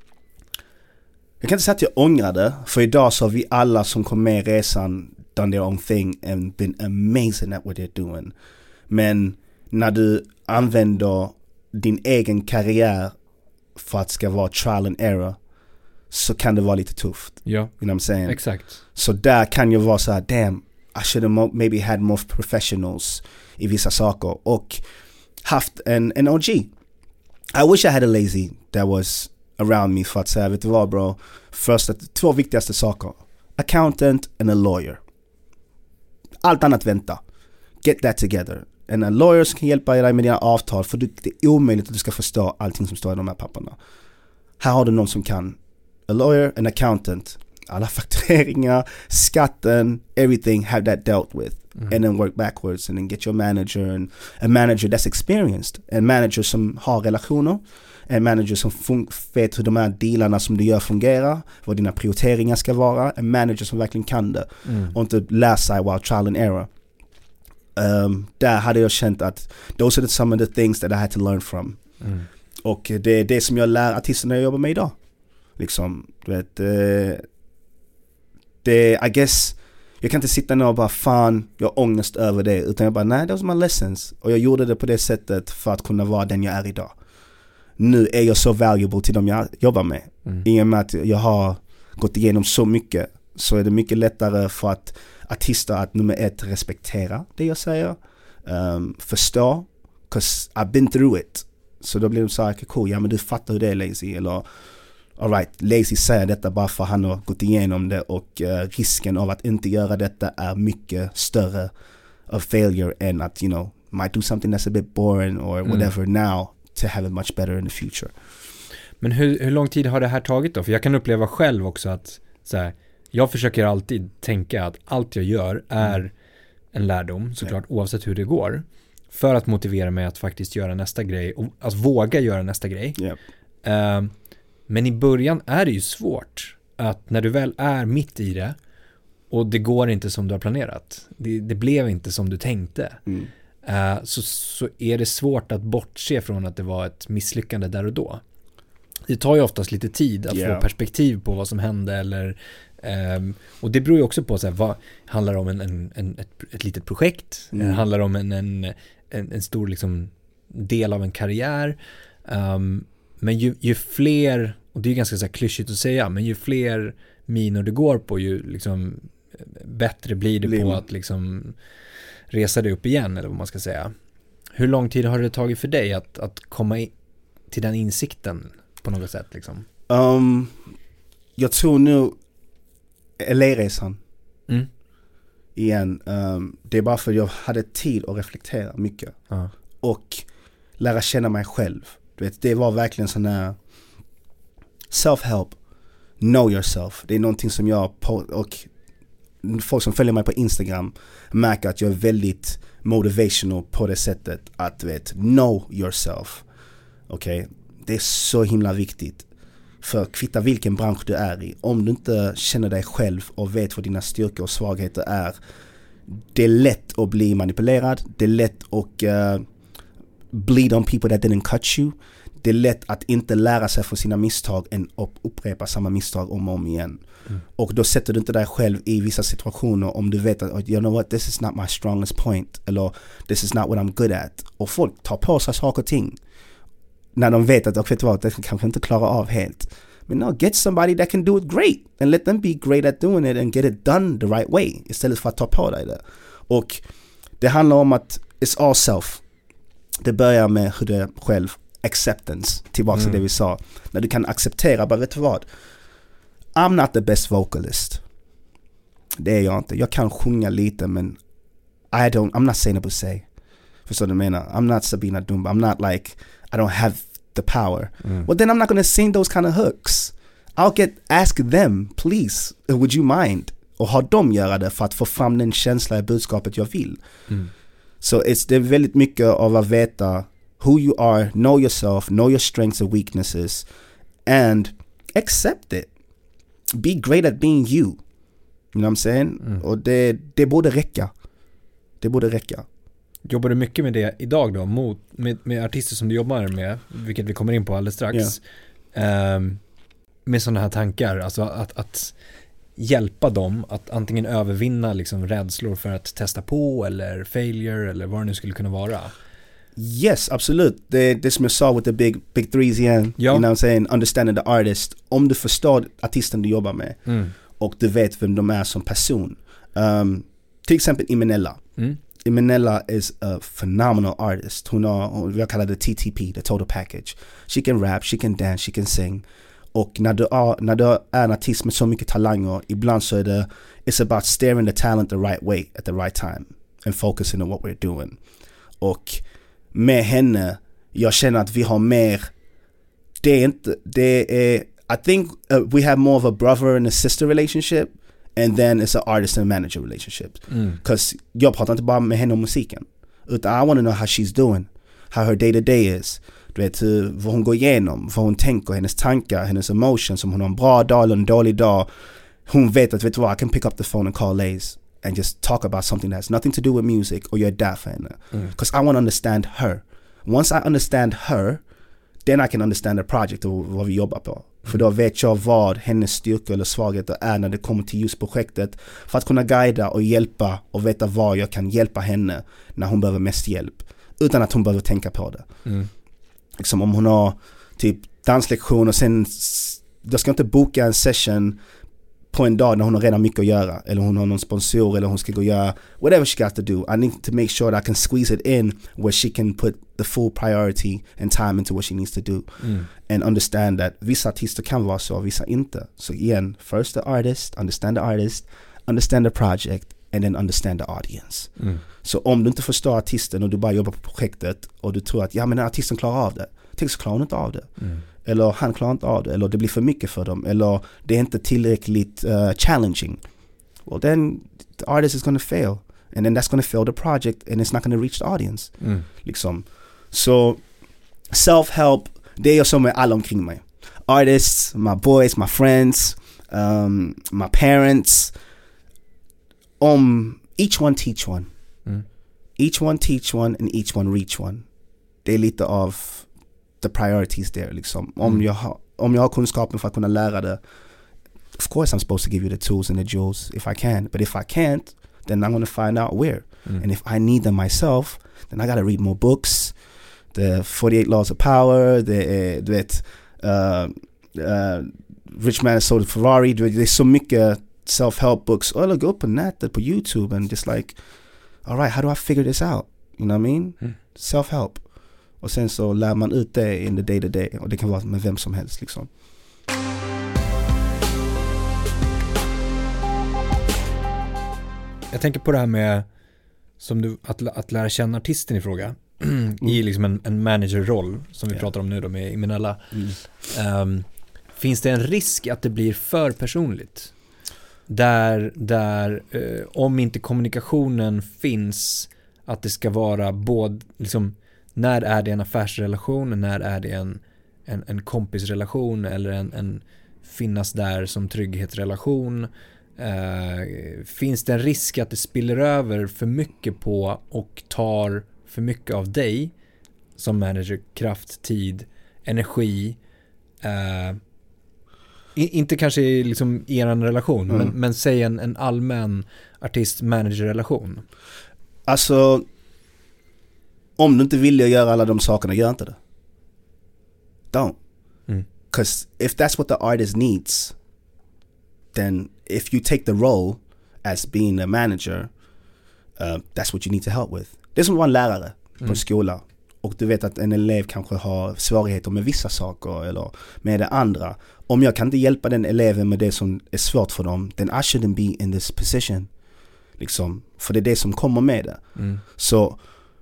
jag kan inte säga att jag ångrade, för idag så har vi alla som kom med i resan done their own thing and been amazing at what they're doing. Men när du använder din egen karriär för att ska vara trial and error, så kan det vara lite tufft. Ja, you know what I'm saying? Exakt. Så där kan jag vara så här, damn, I should have mo- maybe had more professionals i vissa saker. Och haft en, en O G. I wish I had a lazy that was around me för att säga, vet du vad bro? Första, två viktigaste saker. Accountant and a lawyer. Allt annat vänta. Get that together. And a lawyer som kan hjälpa dig med dina avtal, för det är omöjligt att du ska förstå allting som står i de här papperna. Här har du någon som kan. A lawyer, an accountant. Alla faktureringar, skatten, everything, have that dealt with. Mm. And then work backwards and then get your manager, and a manager that's experienced. En manager som har relationer. En manager som fun- vet hur de här dealarna som du gör fungerar. Vad dina prioriteringar ska vara. En manager som verkligen kan det. Mm. Och inte lära sig while trial and error. Um, där hade jag känt att those are the, some of the things that I had to learn from. Mm. Och det är det som jag lär artisterna jag jobbar med idag. Liksom, du vet, eh, det, I guess, jag kan inte sitta ner och bara fan, jag har ångest över det, utan jag bara, nej, those are my lessons. Och jag gjorde det på det sättet för att kunna vara den jag är idag. Nu är jag så valuable till dem jag jobbar med. Mm. I och med att jag har gått igenom så mycket, så är det mycket lättare för att artister att nummer ett respektera det jag säger, um, förstå, cause I've been through it. Så då blir de så här, cool, ja men du fattar hur det är lazy, eller all right, lazy säger detta bara för han har gått igenom det, och uh, risken av att inte göra detta är mycket större of failure än att, you know, might do something that's a bit boring or whatever mm. now to have it much better in the future. Men hur, hur lång tid har det här tagit då? För jag kan uppleva själv också att så här, jag försöker alltid tänka att allt jag gör är mm. en lärdom, såklart, yeah. oavsett hur det går, för att motivera mig att faktiskt göra nästa grej och att våga göra nästa grej. Yeah. Uh, men i början är det ju svårt att när du väl är mitt i det och det går inte som du har planerat, det, det blev inte som du tänkte, mm. uh, så, så är det svårt att bortse från att det var ett misslyckande där och då. Det tar ju oftast lite tid att yeah. få perspektiv på vad som hände, eller um, och det beror ju också på så här, vad handlar det om en, en, en, ett, ett litet projekt, mm. det handlar om en, en, en, en stor liksom, del av en karriär, um, men ju, ju fler, och det är ju ganska så här klyschigt att säga, men ju fler minor det går på, ju liksom bättre blir det Lim. på att liksom resa dig upp igen, eller vad man ska säga. Hur lång tid har det tagit för dig att, att komma i, till den insikten på något sätt liksom? Um, jag tror nu L A-resan mm. igen, um, det är bara för att jag hade tid att reflektera mycket uh. och lära känna mig själv. Du vet, det var verkligen sån här self-help, know yourself. Det är någonting som jag på, och folk som följer mig på Instagram märker att jag är väldigt motivational på det sättet, att du vet, know yourself. Okej, okay? Det är så himla viktigt. För kvitta vilken bransch du är i, om du inte känner dig själv och vet vad dina styrkor och svagheter är, det är lätt att bli manipulerad, det är lätt att uh, bleed on people that didn't cut you. Det är lätt att inte lära sig från sina misstag än att upprepa samma misstag om och om igen. Mm. Och då sätter du inte dig själv i vissa situationer om du vet att, you know what, this is not my strongest point, eller this is not what I'm good at. Och folk tar på sig saker och ting när de vet att de vet vad, det kanske inte klarar av helt. Men no, get somebody that can do it great and let them be great at doing it and get it done the right way istället för att ta på dig det. Och det handlar om att it's all self. Det börjar med hur det själv, acceptance, tillbaka mm. till det vi sa. När du kan acceptera, bara vet du vad? I'm not the best vocalist. Det är jag inte. Jag kan sjunga lite, men I don't, I'm not Saina Bussey. Förstår du vad jag menar? I'm not Sabina Dumba. I'm not like, I don't have the power. Mm. Well, then I'm not going to sing those kind of hooks. I'll get, ask them, please, would you mind? Och ha dem göra det för att få fram den känsla i budskapet jag vill. Mm. Så it's, det är väldigt mycket av att veta who you are, know yourself, know your strengths and weaknesses, and accept it. Be great at being you. You know what I'm saying? Mm. Och det, det borde räcka. Det borde räcka. Jobbar du mycket med det idag då? Mot, med, med artister som du jobbar med, vilket vi kommer in på alldeles strax. Yeah. Um, med sådana här tankar, alltså att, att hjälpa dem att antingen övervinna liksom rädslor för att testa på, eller failure, eller vad det nu skulle kunna vara. Yes, absolut. Det, det som jag sa with the big, big threes igen. Ja. You know what I'm saying? Understanding the artist. Om du förstår artisten du jobbar med mm. och du vet vem de är som person. Um, till exempel Imenella. Mm. Imenella is a phenomenal artist. Hon har, jag kallar det T T P, the total package. She can rap, she can dance, she can sing. Och när du, är, när du är en artist med så mycket talanger, ibland så är det, it's about steering the talent the right way at the right time and focusing on what we're doing. Och med henne, jag känner att vi har mer, det är inte, det är, I think uh, we have more of a brother and a sister relationship, and then it's an artist and manager relationship. Because mm. jag pratar inte bara med henne om musiken, utan I want to know how she's doing, how her day to day is. Du vet, vad hon går igenom, vad hon tänker, hennes tankar, hennes emotions, om hon har en bra dag eller en dålig dag. Hon vet att, vet du vad, I can pick up the phone and call Lays and just talk about something that has nothing to do with music, och jag är där för henne. Because mm. I want to understand her. Once I understand her, then I can understand the project och vad vi jobbar på. Mm. För då vet jag vad hennes styrkor eller svagheter är när det kommer till just projektet, för att kunna guida och hjälpa och veta vad jag kan hjälpa henne när hon behöver mest hjälp, utan att hon behöver tänka på det. Mm. Liksom om hon har typ danslektion och sen jag ska inte boka en session på en dag när hon har redan mycket att göra, eller hon har någon sponsor, eller hon ska gå och göra whatever she got to do. I need to make sure that I can squeeze it in where she can put the full priority and time into what she needs to do. Mm. And understand that vissa artister kan vara så, vissa inte. Så igen, first the artist, understand the artist, understand the project, and then understand the audience. Mm. Så om du inte förstår artisten och du bara jobbar på projektet och du tror att ja, men den artisten klarar av det, tänk så klarar hon inte av det. Mm. eller han klarar inte av det, eller det blir för mycket för dem, eller det är inte tillräckligt uh, challenging, well then the artist is going to fail, and then that's going to fail the project, and it's not going to reach the audience. Mm. Liksom. Så self-help, det är jag som är alla omkring mig. Artists, my boys, my friends, um, my parents. Um, each one teach one. Mm. Each one teach one and each one reach one. Det är lite av the priorities there. Liksom. Om, mm. jag har, om jag har kunskapen för att kunna lära det, of course I'm supposed to give you the tools and the jewels if I can. But if I can't, then I'm going to find out where. Mm. And if I need them myself, then I got to read more books. The forty-eight laws of power, the, uh, du vet, uh, uh, Rich Man Sold a Ferrari. Det är så mycket self-help books. Eller gå upp på nätet, på YouTube and just like, all right, how do I figure this out? You know what I mean? Mm. Self-help. Och sen så lär man ut det in the day to day. Och det kan vara med vem som helst liksom. Jag tänker på det här med som du, att, att lära känna artisten i fråga. Mm. I liksom en, en managerroll som vi yeah. pratar om nu då med Imenella. Mm. Um, finns det en risk att det blir för personligt? Där, där uh, om inte kommunikationen finns, att det ska vara både liksom, när är det en affärsrelation, när är det en, en, en kompisrelation eller en, en finnas där som trygghetsrelation. Uh, finns det en risk att det spiller över för mycket på och tar för mycket av dig som manager, kraft, tid, energi, uh, inte kanske liksom i er relation, mm. men, men säg en, en allmän artist-manager-relation. Alltså, om du inte vill göra alla de sakerna, gör inte det. Don't. Mm. 'Cause if that's what the artist needs, then if you take the role as being a manager, uh, that's what you need to help with. Det är som att vara en lärare på en mm. skola. Och du vet att en elev kanske har svårigheter med vissa saker eller med det andra. Om jag kan inte hjälpa den eleven med det som är svårt för dem, then I shouldn't be in this position. Liksom, för det är det som kommer med det. Mm. Så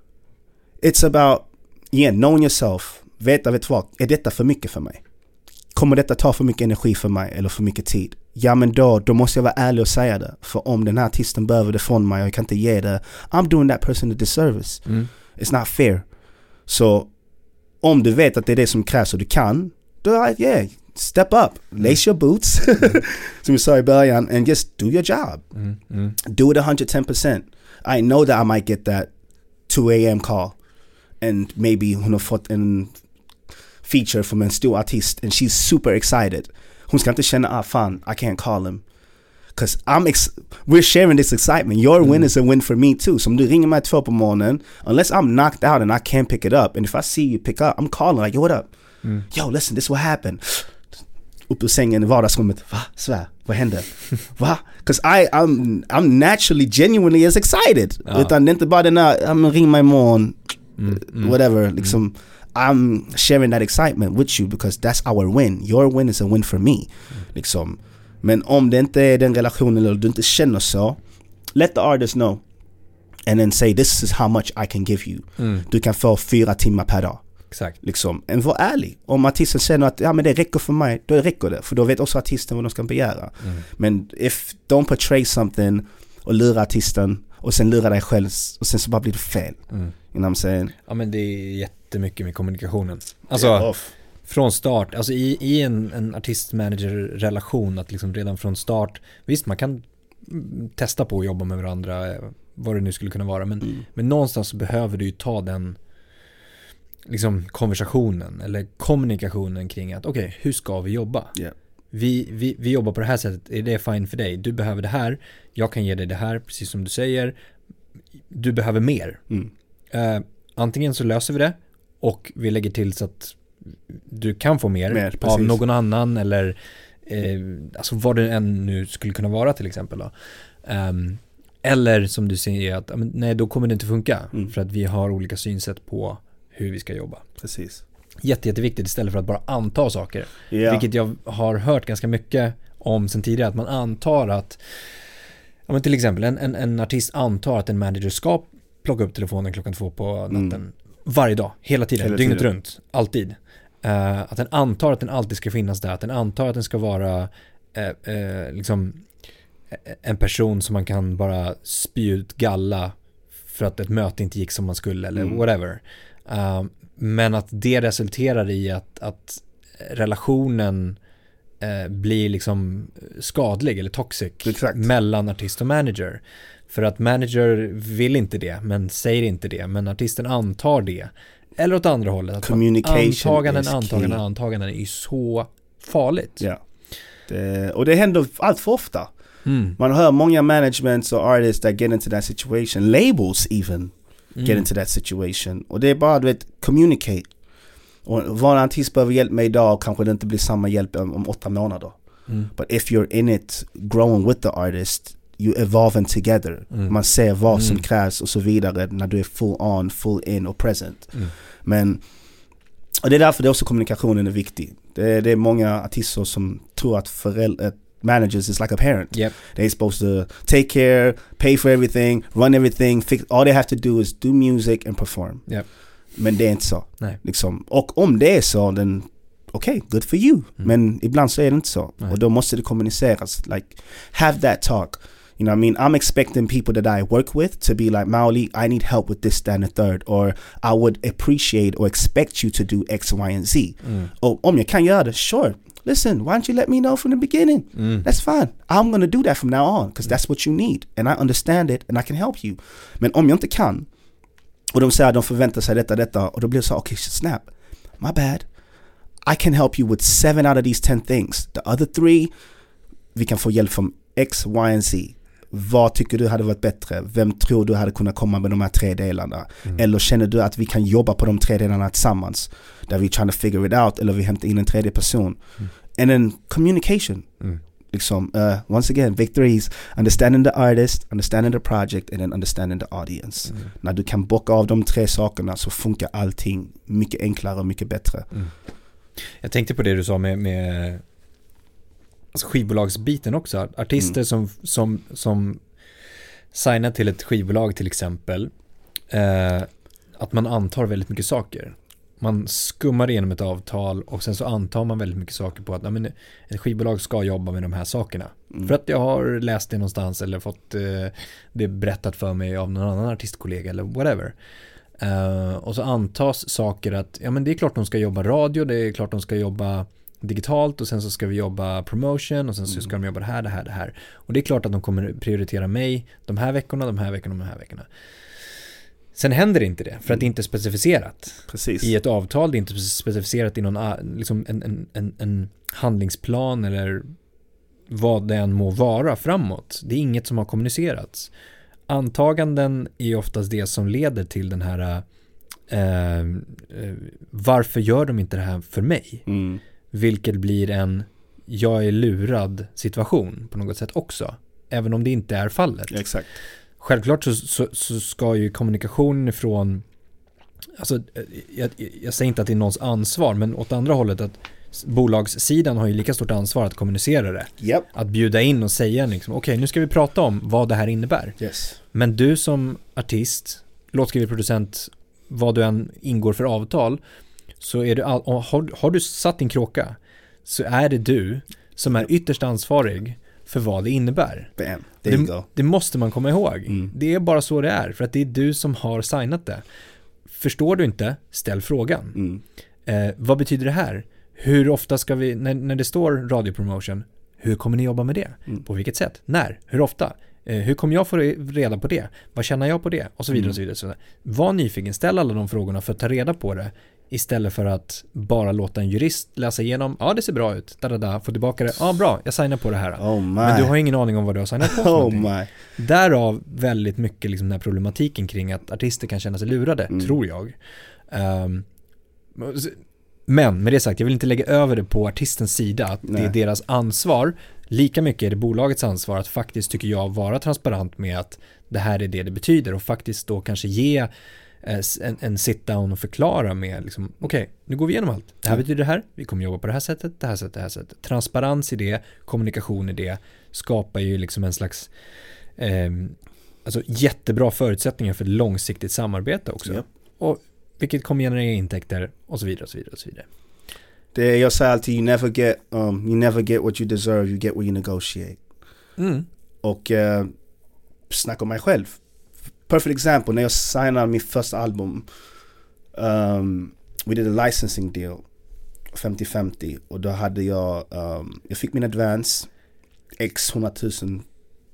it's about, yeah, knowing yourself. Veta, vet vad, är detta för mycket för mig? Kommer detta ta för mycket energi för mig eller för mycket tid? Ja, men då, då måste jag vara ärlig och säga det. För om den här artisten behöver det från mig och jag kan inte ge det, I'm doing that person a disservice. Mm. It's not fair. Så om du vet att det är det som krävs och du kan, då är yeah, step up, lace your boots, mm. som vi sa i början, and just do your job. Mm. Mm. Do it one hundred ten percent. I know that I might get that two a.m. call and maybe hon har fått en feature from en stor artist and she's super excited. Hon ska inte känna, ah fan, I can't call him. Because I'm ex- we're sharing this excitement. Your mm. win is a win for me too. Så om du ringer mig två på morgonen, unless I'm knocked out and I can't pick it up, and if I see you pick up, I'm calling like, yo, what up? Mm. Yo, listen, this what happened. Upp ur sängen i vardagsrummet. Va? Svär, vad hände? Va? Because I, I'm, I'm naturally, genuinely as excited. Ja. Utan det är inte bara den här, I'm ring mig imorgon, mm. Mm. whatever, liksom. Mm. I'm sharing that excitement with you because that's our win. Your win is a win for me. Mm. Liksom. Men om det inte är den relationen eller du inte känner så, let the artist know. And then say, this is how much I can give you. Mm. Du kan få fyra timmar per dag. Exakt. Liksom. En var ärlig. Om artisten känner att ja, men det räcker för mig, då räcker det. För då vet också artisten vad de ska begära. Mm. Men if don't portray something och lura artisten och sen lura dig själv och sen så bara blir det fel. Mm. You know what I'm saying? Ja, men det är jättemycket med kommunikationen. Alltså, yeah, från start, alltså i, i en, en artist-manager-relation, att liksom redan från start, visst man kan testa på att jobba med varandra, vad det nu skulle kunna vara, men, mm. men någonstans så behöver du ju ta den liksom konversationen eller kommunikationen kring att okej, okay, hur ska vi jobba? Yeah. Vi, vi, vi jobbar på det här sättet, är det fine för dig? Du behöver det här, jag kan ge dig det här, precis som du säger. Du behöver mer. Mm. Uh, antingen så löser vi det och vi lägger till så att du kan få mer, mer av någon annan eller eh, alltså vad det än nu skulle kunna vara till exempel då. Um, eller som du säger att nej, då kommer det inte funka mm. för att vi har olika synsätt på hur vi ska jobba. Precis. Jätte, jätteviktigt istället för att bara anta saker. Yeah. Vilket jag har hört ganska mycket om sen tidigare, att man antar att ja, men till exempel en, en, en artist antar att en manager ska plocka upp telefonen klockan två på natten mm. varje dag, hela tiden, hela dygnet tiden. Runt, alltid. Uh, att den antar att den alltid ska finnas där. Att den antar att den ska vara uh, uh, liksom en person som man kan bara spy ut galla för att ett möte inte gick som man skulle eller mm. whatever. Uh, men att det resulterar i att, att relationen uh, blir liksom skadlig eller toxic Exakt. mellan artist och manager. För att manager vill inte det, men säger inte det. Men artisten antar det. Eller åt andra hållet. Att antaganden, antaganden, antaganden är ju så farligt. Ja. Det, och det händer allt för ofta. Mm. Man hör många managements och artists that get into that situation. Labels even mm. get into that situation. Och det är bara, du vet, communicate. Och vad en artist behöver hjälp med idag kanske det inte blir samma hjälp om, om åtta månader. Mm. But if you're in it, growing with the artist, you evolving together. Mm. Man ser vad mm. som krävs och så vidare när du är full on, full in och present. Mm. Men och det är därför det också kommunikationen är viktig. Det är, det är många artister som tror att föräldrar, managers is like a parent. Yep. They're supposed to take care, pay for everything, run everything, fix, all they have to do is do music and perform. Yep. Men det är inte så. Nej. Liksom. Och om det är så, then okay, good for you. Mm. Men ibland så är det inte så. Nej. Och då måste det kommuniceras. Like, have that talk. You know what I mean? I'm expecting people that I work with to be like, Maoli, I need help with this, that, and the third. Or I would appreciate or expect you to do X, Y, and Z. Mm. Och om jag kan göra det, sure. Listen, why don't you let me know from the beginning? Mm. That's fine. I'm going to do that from now on because that's what you need. And I understand it and I can help you. Men om jag inte kan och de säger att de förväntar sig detta, detta och då blir det så, okay, snap. My bad. I can help you with seven out of these ten things. The other three, vi kan få hjälp från X, Y, and Z. Vad tycker du hade varit bättre? Vem tror du hade kunnat komma med de här tre delarna? Mm. Eller känner du att vi kan jobba på de tre delarna tillsammans? Där vi trying to figure it out eller vi hämtar in en tredje person. Mm. And then communication. Mm. Liksom, uh, once again, victories, understanding the artist, understanding the project and then understanding the audience. Mm. När du kan bocka av de tre sakerna så funkar allting mycket enklare och mycket bättre. Mm. Jag tänkte på det du sa med, med alltså skivbolagsbiten också. Artister mm. som, som, som signar till ett skivbolag till exempel, eh, att man antar väldigt mycket saker. Man skummar igenom ett avtal och sen så antar man väldigt mycket saker på att nej, men ett skivbolag ska jobba med de här sakerna. Mm. För att jag har läst det någonstans eller fått eh, det berättat för mig av någon annan artistkollega eller whatever. Uh, och så antas saker att ja men det är klart de ska jobba radio, det är klart de ska jobba digitalt och sen så ska vi jobba promotion och sen så ska mm. de jobba det här, det här, det här. Och det är klart att de kommer prioritera mig de här veckorna, de här veckorna, de här veckorna. Sen händer inte det för att det inte är specificerat. Precis. I ett avtal, det är inte specificerat i någon liksom en, en, en, en handlingsplan eller vad det än må vara framåt. Det är inget som har kommunicerats. Antaganden är oftast det som leder till den här eh, eh, varför gör de inte det här för mig? Mm. Vilket blir en jag är lurad situation på något sätt också. Även om det inte är fallet. Exakt. Självklart så, så, så ska ju kommunikationen ifrån alltså, jag, jag säger inte att det är någons ansvar, men åt andra hållet att bolagssidan har ju lika stort ansvar att kommunicera det. Yep. Att bjuda in och säga liksom, okej, okay, nu ska vi prata om vad det här innebär. Yes. Men du som artist, låtskrivare-producent, vad du än ingår för avtal, så är du all, har, har du satt din kråka så är det du som är ytterst ansvarig för vad det innebär. Bam. There you det, go. det måste man komma ihåg. Mm. Det är bara så det är, för att det är du som har signat det. Förstår du inte, ställ frågan. Mm. Eh, vad betyder det här? Hur ofta ska vi, när, när det står radiopromotion, hur kommer ni jobba med det? Mm. På vilket sätt? När? Hur ofta? Eh, hur kommer jag få reda på det? Vad känner jag på det? Och så vidare mm. och så vidare. Så, var nyfiken, ställ alla de frågorna för att ta reda på det istället för att bara låta en jurist läsa igenom. Ja, det ser bra ut. Da, da, da. Få tillbaka det. Ja, bra. Jag signar på det här. Oh Men du har ingen aning om vad du har signat på. Oh my. Därav väldigt mycket liksom den här problematiken kring att artister kan känna sig lurade, mm. tror jag. Um, men med det sagt, jag vill inte lägga över det på artistens sida att Nej. det är deras ansvar. Lika mycket är det bolagets ansvar att faktiskt, tycker jag, vara transparent med att det här är det det betyder och faktiskt då kanske ge en, en sit down och förklara med liksom, okej, okay, nu går vi igenom allt. Det här betyder det här, vi kommer jobba på det här sättet, det här sättet, det här sättet. Transparens i det, kommunikation i det skapar ju liksom en slags eh, alltså jättebra förutsättningar för ett långsiktigt samarbete också. Yep. Och vilket kommer generera intäkter och så vidare och så vidare och så vidare. Det jag säger alltid, you never get um, you never get what you deserve, you get what you negotiate. Mm. Och uh, snacka om mig själv. Perfect example, när jag signade min första album, um, we did a licensing deal, femtio femtio, och då hade jag, um, jag fick min advance, x hundratusen,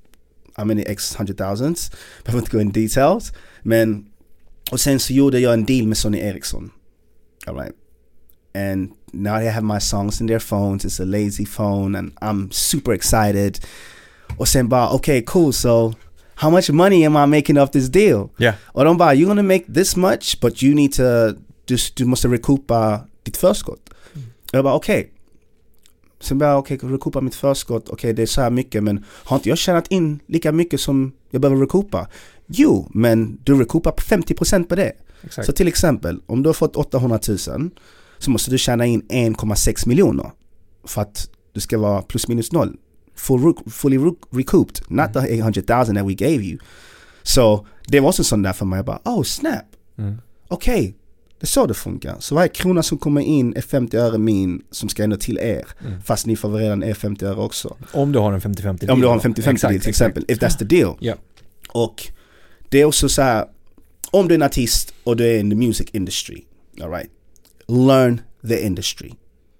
I mean x hundred thousands, behöver inte gå in details, men, och sen så gjorde jag en deal med Sony Ericsson, alright, and now they have my songs in their phones, it's a lazy phone, and I'm super excited, och sen bara, okay, cool, so how much money am I making off this deal? Yeah. Och de bara, you're gonna make this much, but you need to, du, du måste recoupa ditt förskott. Mm. Jag bara, okej. Okay. Sen bara, okej, okay, recoupa mitt förskott, okej, okay, det är så här mycket, men har inte jag tjänat in lika mycket som jag behöver recoupa? Jo, men du recoupar femtio procent på det. Exakt. Så till exempel, om du har fått åttahundratusen, så måste du tjäna in en komma sex miljoner för att du ska vara plus minus noll. Full, fully recouped, not the eight hundred thousand that we gave you. So det var också sån där för mig, jag bara, oh snap, mm. okej, okay, det är så det funkar. Så varje krona som kommer in är femtio öre min som ska ändå till er, mm. fast ni får redan är femtio öre också. Om du har en femtio femtio deal. Om du har en femtio femtio deal till exempel, if that's the deal. Yeah. Och det är också så här, om du är en artist och du är in the music industry, all right, learn the industry.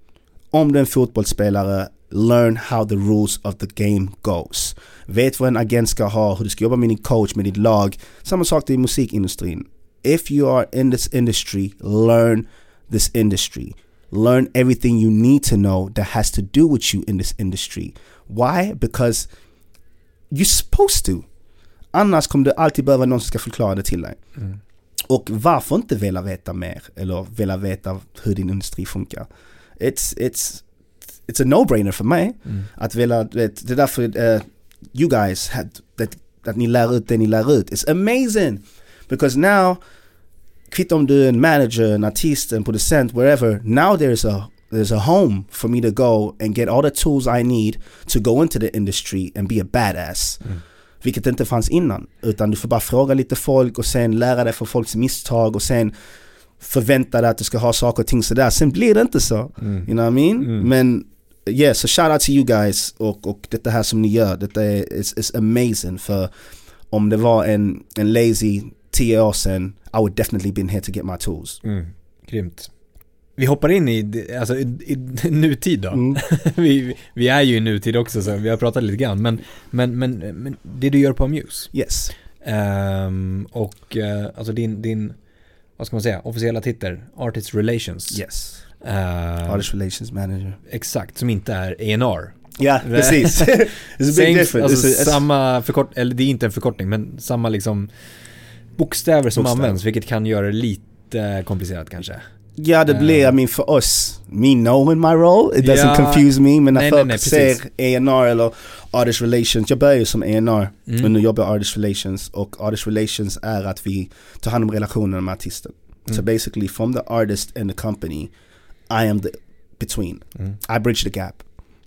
Om du är en fotbollsspelare, learn how the rules of the game goes. Vet vad en agent ska ha, hur du ska jobba med din coach, med ditt lag. Samma sak i musikindustrin. If you are in this industry, learn this industry. Learn everything you need to know that has to do with you in this industry. Why? Because you're supposed to. Annars kommer du alltid behöva någon som ska förklara det till dig. Mm. Och varför inte vilja veta mer eller vilja veta hur din industri funkar? It's, it's It's a no-brainer för mig mm. att vilja, det, det är därför uh, you guys had, that, att ni lär ut det ni lär ut. It's amazing because now, kvitt om du är en manager, en artist, en producent, wherever, now there's a there's a home for me to go and get all the tools I need to go into the industry and be a badass. Mm. Vilket inte fanns innan, utan du får bara fråga lite folk och sen lära dig för folks misstag och sen förvänta dig att du ska ha saker och ting sådär. Sen blir det inte så. Mm. You know what I mean? Mm. Men yeah, så shout out to you guys och, och detta här som ni gör, detta är is, is amazing, för om det var en, en lazy tio år sedan, I would definitely been here to get my tools. Mm. Grymt. Vi hoppar in i, alltså, i, i nutid då. Mm. vi, vi är ju i nutid också, så vi har pratat lite grann, men, men, men, men det du gör på Muse. Yes. Um, och uh, alltså din, din, vad ska man säga, officiella titel, Artist Relations. Yes. Uh, Artist Relations Manager. Exakt, som inte är A and R. Ja, precis. It's a big difference. Alltså, samma förkort, eller det är inte en förkortning, men samma liksom bokstäver som Bokstäver. används, vilket kan göra det lite komplicerat kanske. Ja, det blir, I mean, för oss, me knowing my role, it doesn't ja, confuse me, men när nej, folk nej, nej, ser A and R eller Artist Relations, jag börjar ju som A and R, mm. men nu jobbar jag Artist Relations, och Artist Relations är att vi tar hand om relationen med artisten. Mm. So basically, from the artist and the company, I am the between. Mm. I bridge the gap.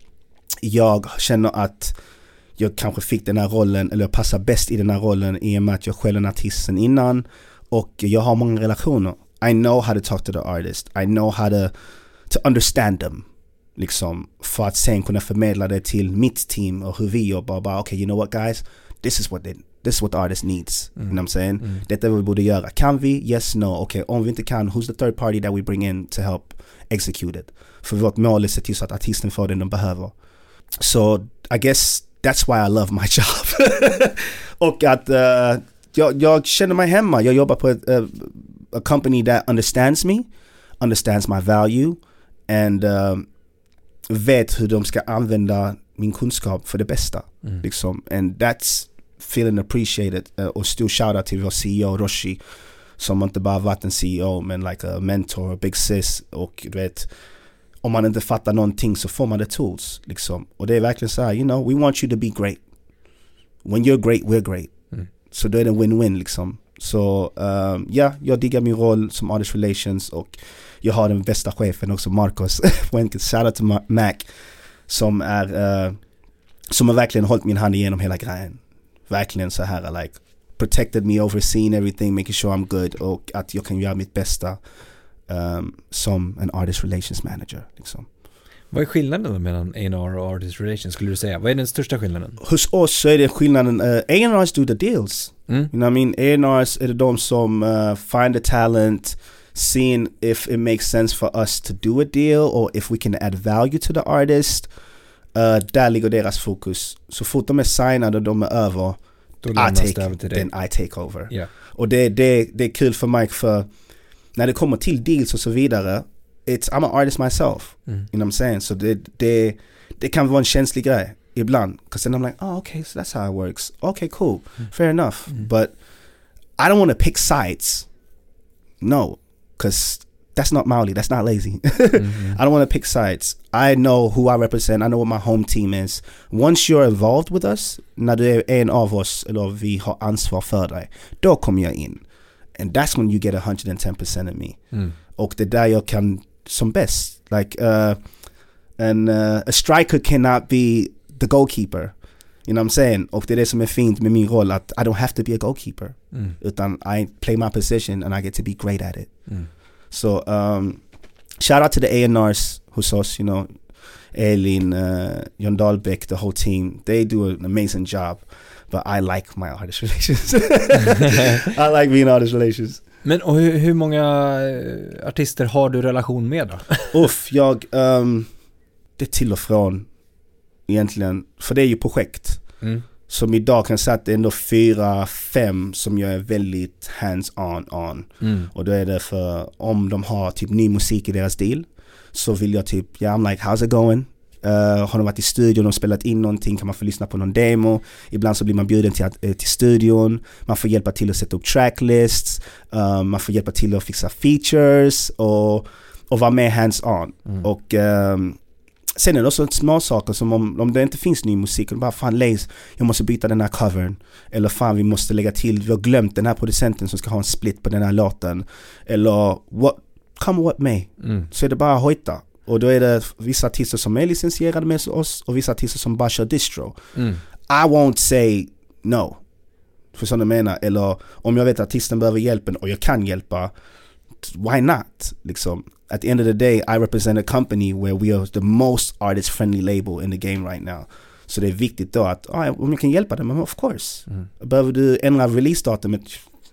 Jag känner att jag kanske fick den här rollen, eller jag passar bäst i den här rollen i och med att jag själv är en artisten innan, och jag har många relationer. I know how to talk to the artist. I know how to to understand them. Liksom, för att sen kunna förmedla det till mitt team och hur vi jobbar. Bara, okay, you know what guys? This is what they, this is what the artist needs. Mm. You know what I'm saying? Mm. Detta är vad vi borde göra. Kan vi? Yes, no. Okay, om vi inte kan, who's the third party that we bring in to help execute it? För vårt mål är att se till så att artisten får det de behöver. So, I guess that's why I love my job. Och att uh, jag, jag känner mig hemma. Jag jobbar på ett uh, a company that understands me, understands my value, and um, vet hur de ska använda min kunskap för det bästa. Mm. Liksom. And that's feeling appreciated. Uh, och stor shoutout till vår C E O Roshi, som inte bara varit en C E O, men like a mentor, a big sis. Och du vet, om man inte fattar någonting så får man the tools. Liksom. Och det är verkligen så här, you know, we want you to be great. When you're great, we're great. Mm. Så då är det en win-win liksom. Så ja, um, yeah, jag diggar min roll som Artist Relations, och jag har den bästa chefen också, Marcos. Shout out to Mac, som är uh, som har verkligen hållit min hand igenom hela grejen. Verkligen så här, like protected me, overseen everything, making sure I'm good, och att jag kan göra mitt bästa um, som en artist relations manager. Liksom. Vad är skillnaden mellan A and R och artist relations skulle du säga? Vad är den största skillnaden? Hos oss så är det skillnaden, uh, A and R's do the deals. Mm. You know what I mean? A and R's är det de som uh, find the talent, seeing if it makes sense for us to do a deal or if we can add value to the artist. Uh, där ligger deras fokus. Så fort de är signade och de är över, då I take, över till then I take over. Yeah. Och det, det, det är kul för Mike, för när det kommer till deals och så vidare, it's, I'm an artist myself. Mm. You know what I'm saying? Så det, det, det kan vara en känslig grej ibland. Because then I'm like, oh okay, so that's how it works. Okay, cool. Mm. Fair enough. Mm. But I don't want to pick sides. No. Because that's not Mauli. That's not lazy. Mm-hmm. I don't want to pick sides. I know who I represent. I know what my home team is. Once you're involved with us, när du är en av oss, eller vi har ansvar för dig, då kommer jag in. And that's when you get one hundred ten percent of me. Mm. Och det där jag kan som bäst. Like, uh, and, uh, a striker cannot be the goalkeeper. You know what I'm saying? Och det är det som är fint med min roll, att I don't have to be a goalkeeper. Mm. Utan I play my position and I get to be great at it. Mm. So, um, shout out to the A and R's hos oss, you know, Elin, uh, John Dahlbeck, the whole team. They do an amazing job. But I like my artist relations. I like being artist relations. Men och hur, hur många artister har du relation med då? Uff, jag, um, det är till och från egentligen. För det är ju projekt. Mm. Som idag kan jag säga att det är ändå fyra, fem som jag är väldigt hands-on on. Mm. Och då är det för, om de har typ ny musik i deras deal, så vill jag typ, yeah, I'm like, how's it going? Uh, har de varit i studion och spelat in någonting, kan man få lyssna på någon demo. Ibland så blir man bjuden till, uh, till studion. Man får hjälpa till att sätta upp tracklists. Uh, man får hjälpa till att fixa features och, och vara med hands-on. Mm. Och um, sen är det också små saker som om, om det inte finns ny musik och bara fan Lace, jag måste byta den här covern. Eller fan vi måste lägga till, vi har glömt den här producenten som ska ha en split på den här låten. Eller what, come what may. Mm. Så är det bara hojta. Och då är det vissa artister som är licensierade med oss och vissa artister som bara kör distro. Mm. I won't say no. För sådana menar. Eller om jag vet att artisten behöver hjälpen och jag kan hjälpa, why not? Liksom. At the end of the day, I represent a company where we are the most artist-friendly label in the game right now. Så det är viktigt då att ah, om jag kan hjälpa dem, of course. Mm. Behöver du ändra release-datumet?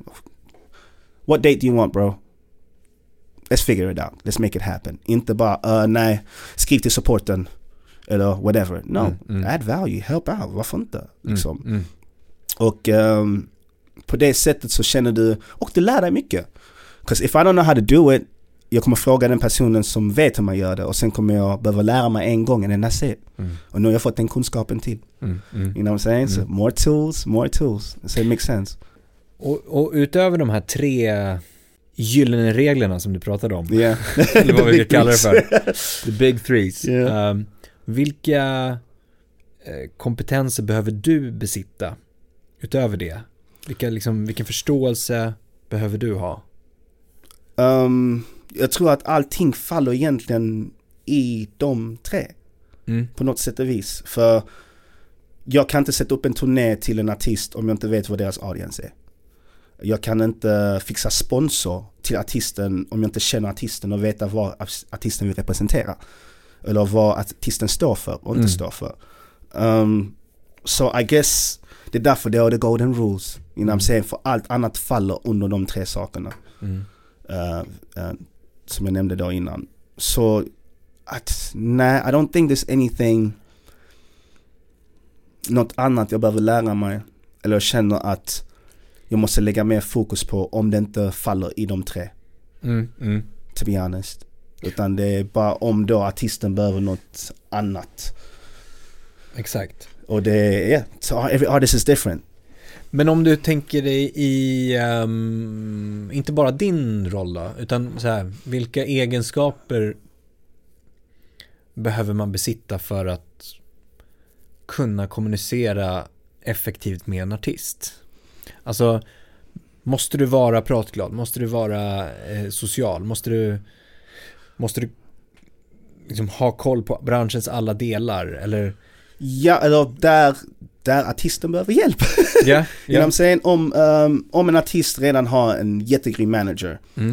What date do you want, bro? Let's figure it out. Let's make it happen. Inte bara, uh, nej, skriv till supporten eller whatever. No, mm, mm. add value, help out. Varför inte? Liksom. Mm, mm. Och um, på det sättet så känner du, och du lär dig mycket. Because if I don't know how to do it, jag kommer fråga den personen som vet hur man gör det, och sen kommer jag behöva lära mig en gång, and then that's it. Mm. Och nu har jag fått den kunskapen till. Mm, mm. You know what I'm saying? Mm. So more tools, more tools. So it makes sense. Och, och utöver de här tre gyllene reglerna som du pratade om, yeah. eller vad vi kallar det för, the big threes. Yeah. Um, vilka eh, kompetenser behöver du besitta utöver det? Vilka, liksom, vilken förståelse behöver du ha? Um, jag tror att allting faller egentligen i de tre. Mm. På något sätt och vis. För jag kan inte sätta upp en turné till en artist om jag inte vet vad deras audience är. Jag kan inte fixa sponsor till artisten om jag inte känner artisten och vet vad artisten vill representera. Eller vad artisten står för och inte mm. står för. Um, so I guess det är därför det är the golden rules. You know mm. what I'm saying? För allt annat faller under de tre sakerna. Mm. Uh, uh, som jag nämnde då innan. Så att, nej, I don't think there's anything, något annat jag behöver lära mig. Eller jag känner att jag måste lägga mer fokus på om det inte faller i de tre. Mm, mm. To be honest. Utan det är bara om då artisten behöver något annat. Exakt. Och det är, yeah, so every artist is different. Men om du tänker dig i um, inte bara din roll då, utan så här, vilka egenskaper behöver man besitta för att kunna kommunicera effektivt med en artist? Alltså, måste du vara pratglad? Måste du vara eh, social? Måste du måste du liksom ha koll på branschens alla delar? Eller? Ja, eller där, där artisten behöver hjälp. Yeah, yeah. You know what I'm saying? Om, um, om en artist redan har en jättegrym manager mm.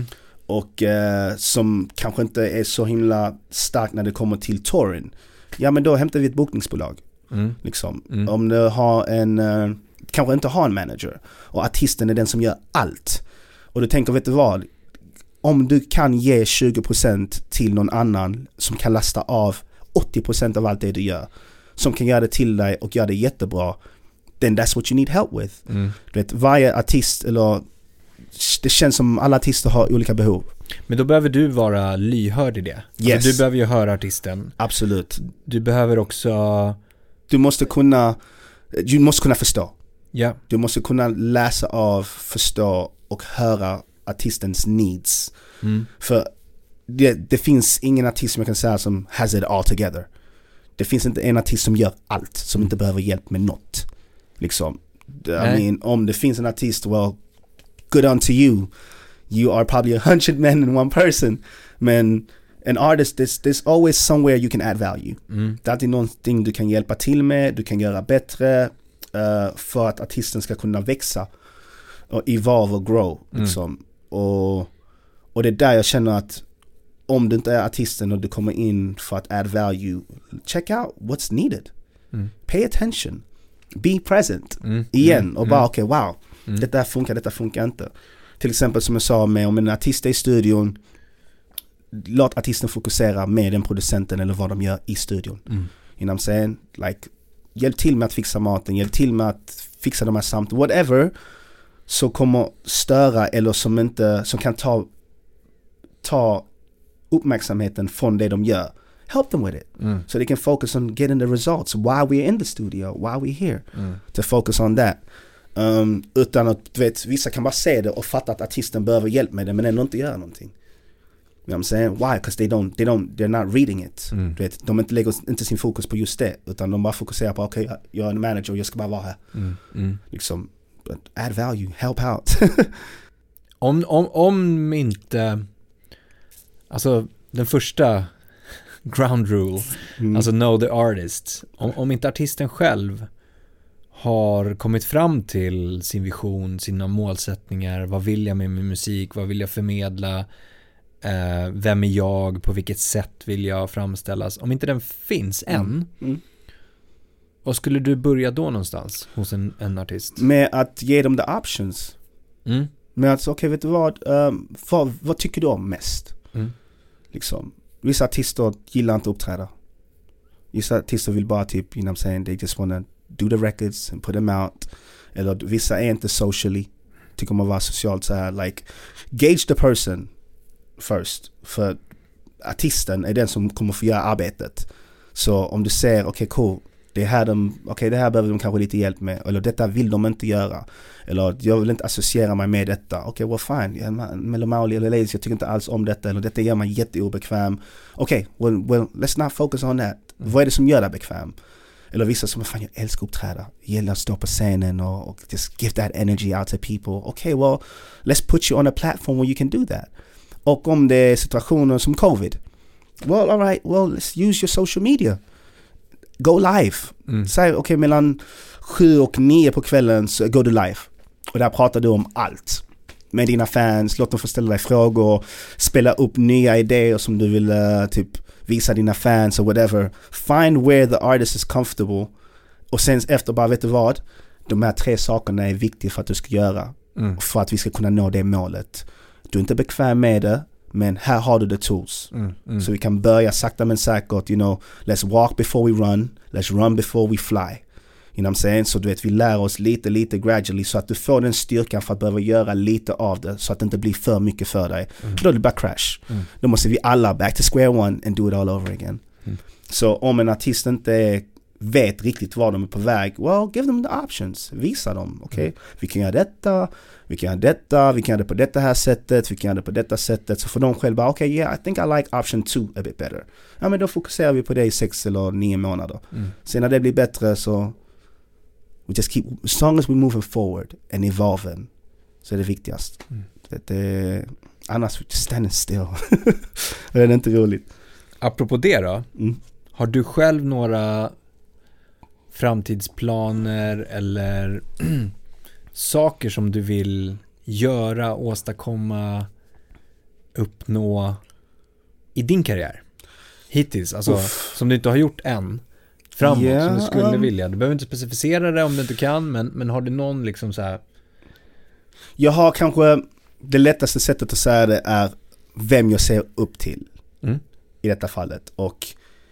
och eh, som kanske inte är så himla stark när det kommer till touren. Ja, men då hämtar vi ett bokningsbolag. Mm. Liksom. Mm. Om du har en, eh, kanske inte har en manager och artisten är den som gör allt. Och du tänker, vet du vad? Om du kan ge tjugo procent till någon annan som kan lasta av åttio procent av allt det du gör, som kan göra det till dig och göra det jättebra, then that's what you need help with. Mm. Du vet, varje artist, eller det känns som alla artister har olika behov. Men då behöver du vara lyhörd i det. Yes. Alltså, du behöver ju höra artisten. Absolut. Du behöver också... Du måste kunna, du måste kunna förstå. Yeah. Du måste kunna läsa av, förstå och höra artistens needs. Mm. För det, det finns ingen artist som jag kan säga som has it all together. Det finns inte en artist som gör allt, som inte behöver hjälp med något. Liksom. I mean, om det finns en artist, well, good on to you. You are probably a hundred men in one person. Men an artist, there's, there's always somewhere you can add value. Mm. Det är alltid någonting du kan hjälpa till med, du kan göra bättre uh, för att artisten ska kunna växa och evolve och grow. Liksom. Mm. Och, och det är där jag känner att om du inte är artisten och du kommer in för att add value, check out what's needed. Mm. Pay attention. Be present. Mm. Igen. Mm. Och bara, okej, okay, wow. Mm. Detta funkar, detta funkar inte. Till exempel som jag sa med om en artist är i studion, låt artisten fokusera med den producenten eller vad de gör i studion. Mm. You know what I'm saying? Like, hjälp till med att fixa maten, hjälp till med att fixa de här samt whatever, så kommer störa eller som inte, som kan ta ta uppmärksamheten från det de gör. Help them with it. Mm. So they can focus on getting the results while we're in the studio, while we're here. Mm. To focus on that. Um, utan att, du vet, vissa kan bara se det och fatta att artisten behöver hjälp med det men ändå inte göra någonting. You know what I'm saying? Why? Because they don't, they don't, they're not reading it. Mm. Du vet, de inte lägger inte sin fokus på just det, utan de bara fokuserar på, okej, okay, jag är en manager och jag ska bara vara här. Mm. Mm. Liksom, add value, help out. om, om, om inte, alltså den första ground rule, mm. alltså know the artist. Om, om inte artisten själv har kommit fram till sin vision, sina målsättningar, vad vill jag med min musik, vad vill jag förmedla, eh, vem är jag, på vilket sätt vill jag framställas. Om inte den finns än, mm. Mm. vad skulle du börja då någonstans hos en, en artist? Med att ge dem the options. Mm. Med att, okej, okay, vet du vad, um, vad, vad tycker du om mest? Mm. Liksom. Vissa artister gillar inte uppträda. Vissa artister vill bara typ, you know what I'm saying, they just wanna do the records and put them out. Eller vissa är inte socially, tycker om att vara socialt så här, like, gauge the person first. För artisten är den som kommer få göra arbetet. Så om du ser, okej, okay, cool, det här de, okej, okay, det här behöver de kanske lite hjälp med, eller detta vill de inte göra, eller jag vill inte associera mig med detta, okej, okay, well fine, Mellow Mowgli eller Ladies, jag tycker inte alls om detta, eller detta gör mig jätteobekväm, okej, okay, well, well, let's not focus on that. Mm. Vad är det som gör dig bekväm? Eller vissa som, fan, jag älskar uppträda, jag gillar att stå på scenen och, och just give that energy out to people. Okej, okay, well, let's put you on a platform where you can do that. Och om det är situationer som covid, well, all right, well, let's use your social media. Go live. Mm. Säg, okej, okay, mellan sju och nio på kvällen så go to live. Och där pratar du om allt. Med dina fans, låt dem få ställa dig frågor, spela upp nya idéer som du vill uh, typ visa dina fans och whatever. Find where the artist is comfortable. Och sen efter bara, vet du vad? De här tre sakerna är viktiga för att du ska göra. Mm. För att vi ska kunna nå det målet. Du är inte bekväm med det, men här har du the tools. Mm, mm. Så vi kan börja sakta men säkert, you know, let's walk before we run, let's run before we fly. You know what I'm saying? Så du vet, vi lär oss lite, lite gradually så att du får den styrkan för att behöva göra lite av det så att det inte blir för mycket för dig. Mm. Då är det bara crash. Mm. Då måste vi alla back to square one and do it all over again. Mm. Så om en artist inte vet riktigt var de är på väg, well, give them the options. Visa dem, okej? Okay? Mm. Vi kan göra detta, vi kan göra detta, vi kan göra det på detta här sättet, vi kan göra det på detta sättet. Så för de själva, okej, okay, yeah, I think I like option two a bit better. Ja, men då fokuserar vi på det i sex eller nio månader. Mm. Sen när det blir bättre så we just keep, as long as we're moving forward and evolving, så är det viktigast. Mm. Det, det, annars we're just standing still. Det är inte roligt. Apropå det då, mm. har du själv några framtidsplaner eller saker som du vill göra, åstadkomma uppnå i din karriär? Hittills, alltså Uff. som du inte har gjort än. Framåt, Yeah, som du skulle um, vilja. Du behöver inte specificera det om du inte kan, men, men har du någon liksom så här... Jag har kanske, det lättaste sättet att säga det är vem jag ser upp till Mm. i detta fallet. Och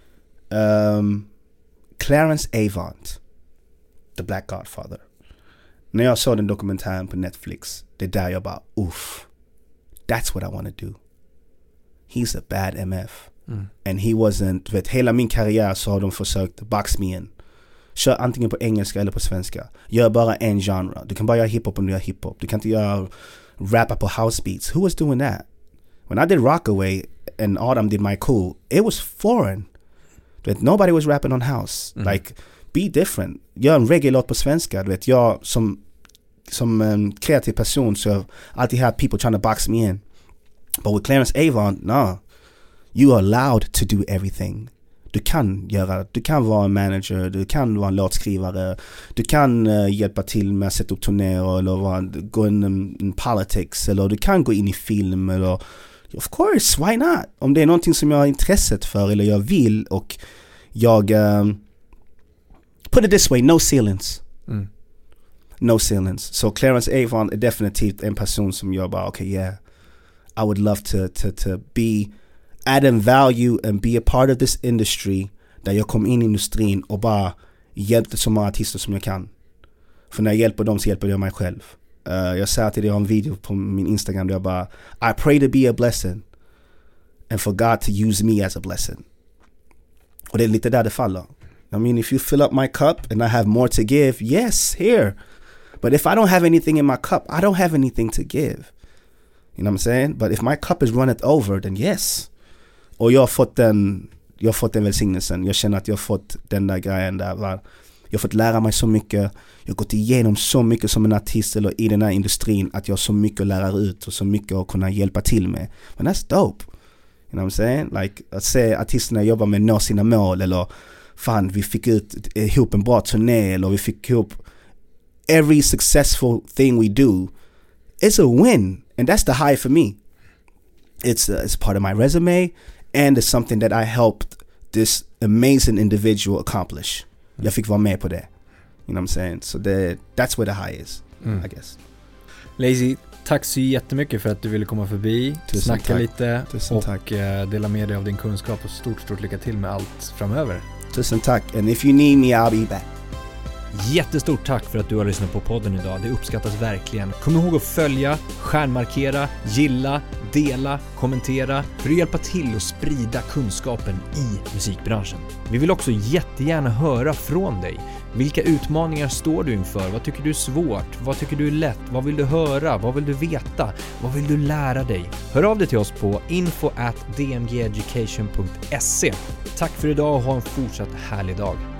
um, Clarence Avant, The Black Godfather. När jag såg den dokumentären på Netflix, det är där jag bara, uff, that's what I want to do. He's a bad M F. Mm. And he wasn't, du vet, hela min karriär så har de försökt box me in. Kör antingen på engelska eller på svenska. Gör bara en genre. Du kan bara göra hiphop om du gör hiphop. Du kan inte göra rappa på house beats. Who was doing that? When I did Rockaway and Autumn did My Cool, it was foreign. Du vet, nobody was rapping on house. Mm. Like, be different. Gör en reggae-låt på svenska. Du vet, jag som, som en kreativ person så jag alltid had people trying to box me in. But with Clarence Avant, no. You are allowed to do everything. Du kan göra, du kan vara en manager, du kan vara en låtskrivare, du kan uh, hjälpa till med att sätta upp turnéer eller vara, gå in in politics, eller du kan gå in i film, eller of course, why not? Om det är någonting som jag har intresset för eller jag vill, och jag um, put it this way, no ceilings. Mm. No ceilings. So Clarence Avant är definitivt en person som jag bara, okay, yeah, I would love to to to be add in value and be a part of this industry, där jag kom in i industrin och bara hjälpte så många artister som jag kan. För när jag hjälper dem så hjälper jag mig själv. Uh, jag sa till dig, jag har en video på min Instagram där jag bara, I pray to be a blessing and for God to use me as a blessing. Och det är lite där det faller. I mean, if you fill up my cup and I have more to give, yes, here. But if I don't have anything in my cup, I don't have anything to give. You know what I'm saying? But if my cup is running over, then yes. Och jag har fått den, jag har fått den välsignelsen. Jag känner att jag har fått den där grejen där. Va? Jag har fått lära mig så mycket. Jag har gått igenom så mycket som en artist eller i den här industrin, att jag har så mycket att lära ut och så mycket att kunna hjälpa till med. Men that's dope. You know what I'm saying? Like, att se artisterna jobba med att nå sina mål, eller fan, vi fick ut ihop en bra turné, eller vi fick ihop every successful thing we do. It's a win. And that's the high for me. It's, uh, it's part of my resume. And it's something that I helped this amazing individual accomplish. Mm. Jag fick vara med på det. You know what I'm saying? So the, that's where the high is, mm. I guess. Lazy, tack så jättemycket för att du ville komma förbi, Tusen snacka tack. lite Tusen och tack. dela med dig av din kunskap, och stort, stort lycka till med allt framöver. Tusen tack. And if you need me, I'll be back. Jättestort tack för att du har lyssnat på podden idag. Det uppskattas verkligen. Kom ihåg att följa, stjärnmarkera, gilla, dela, kommentera för att hjälpa till att sprida kunskapen i musikbranschen. Vi vill också jättegärna höra från dig. Vilka utmaningar står du inför? Vad tycker du är svårt? Vad tycker du är lätt? Vad vill du höra? Vad vill du veta? Vad vill du lära dig? Hör av dig till oss på info at d m g education punkt se. Tack för idag och ha en fortsatt härlig dag.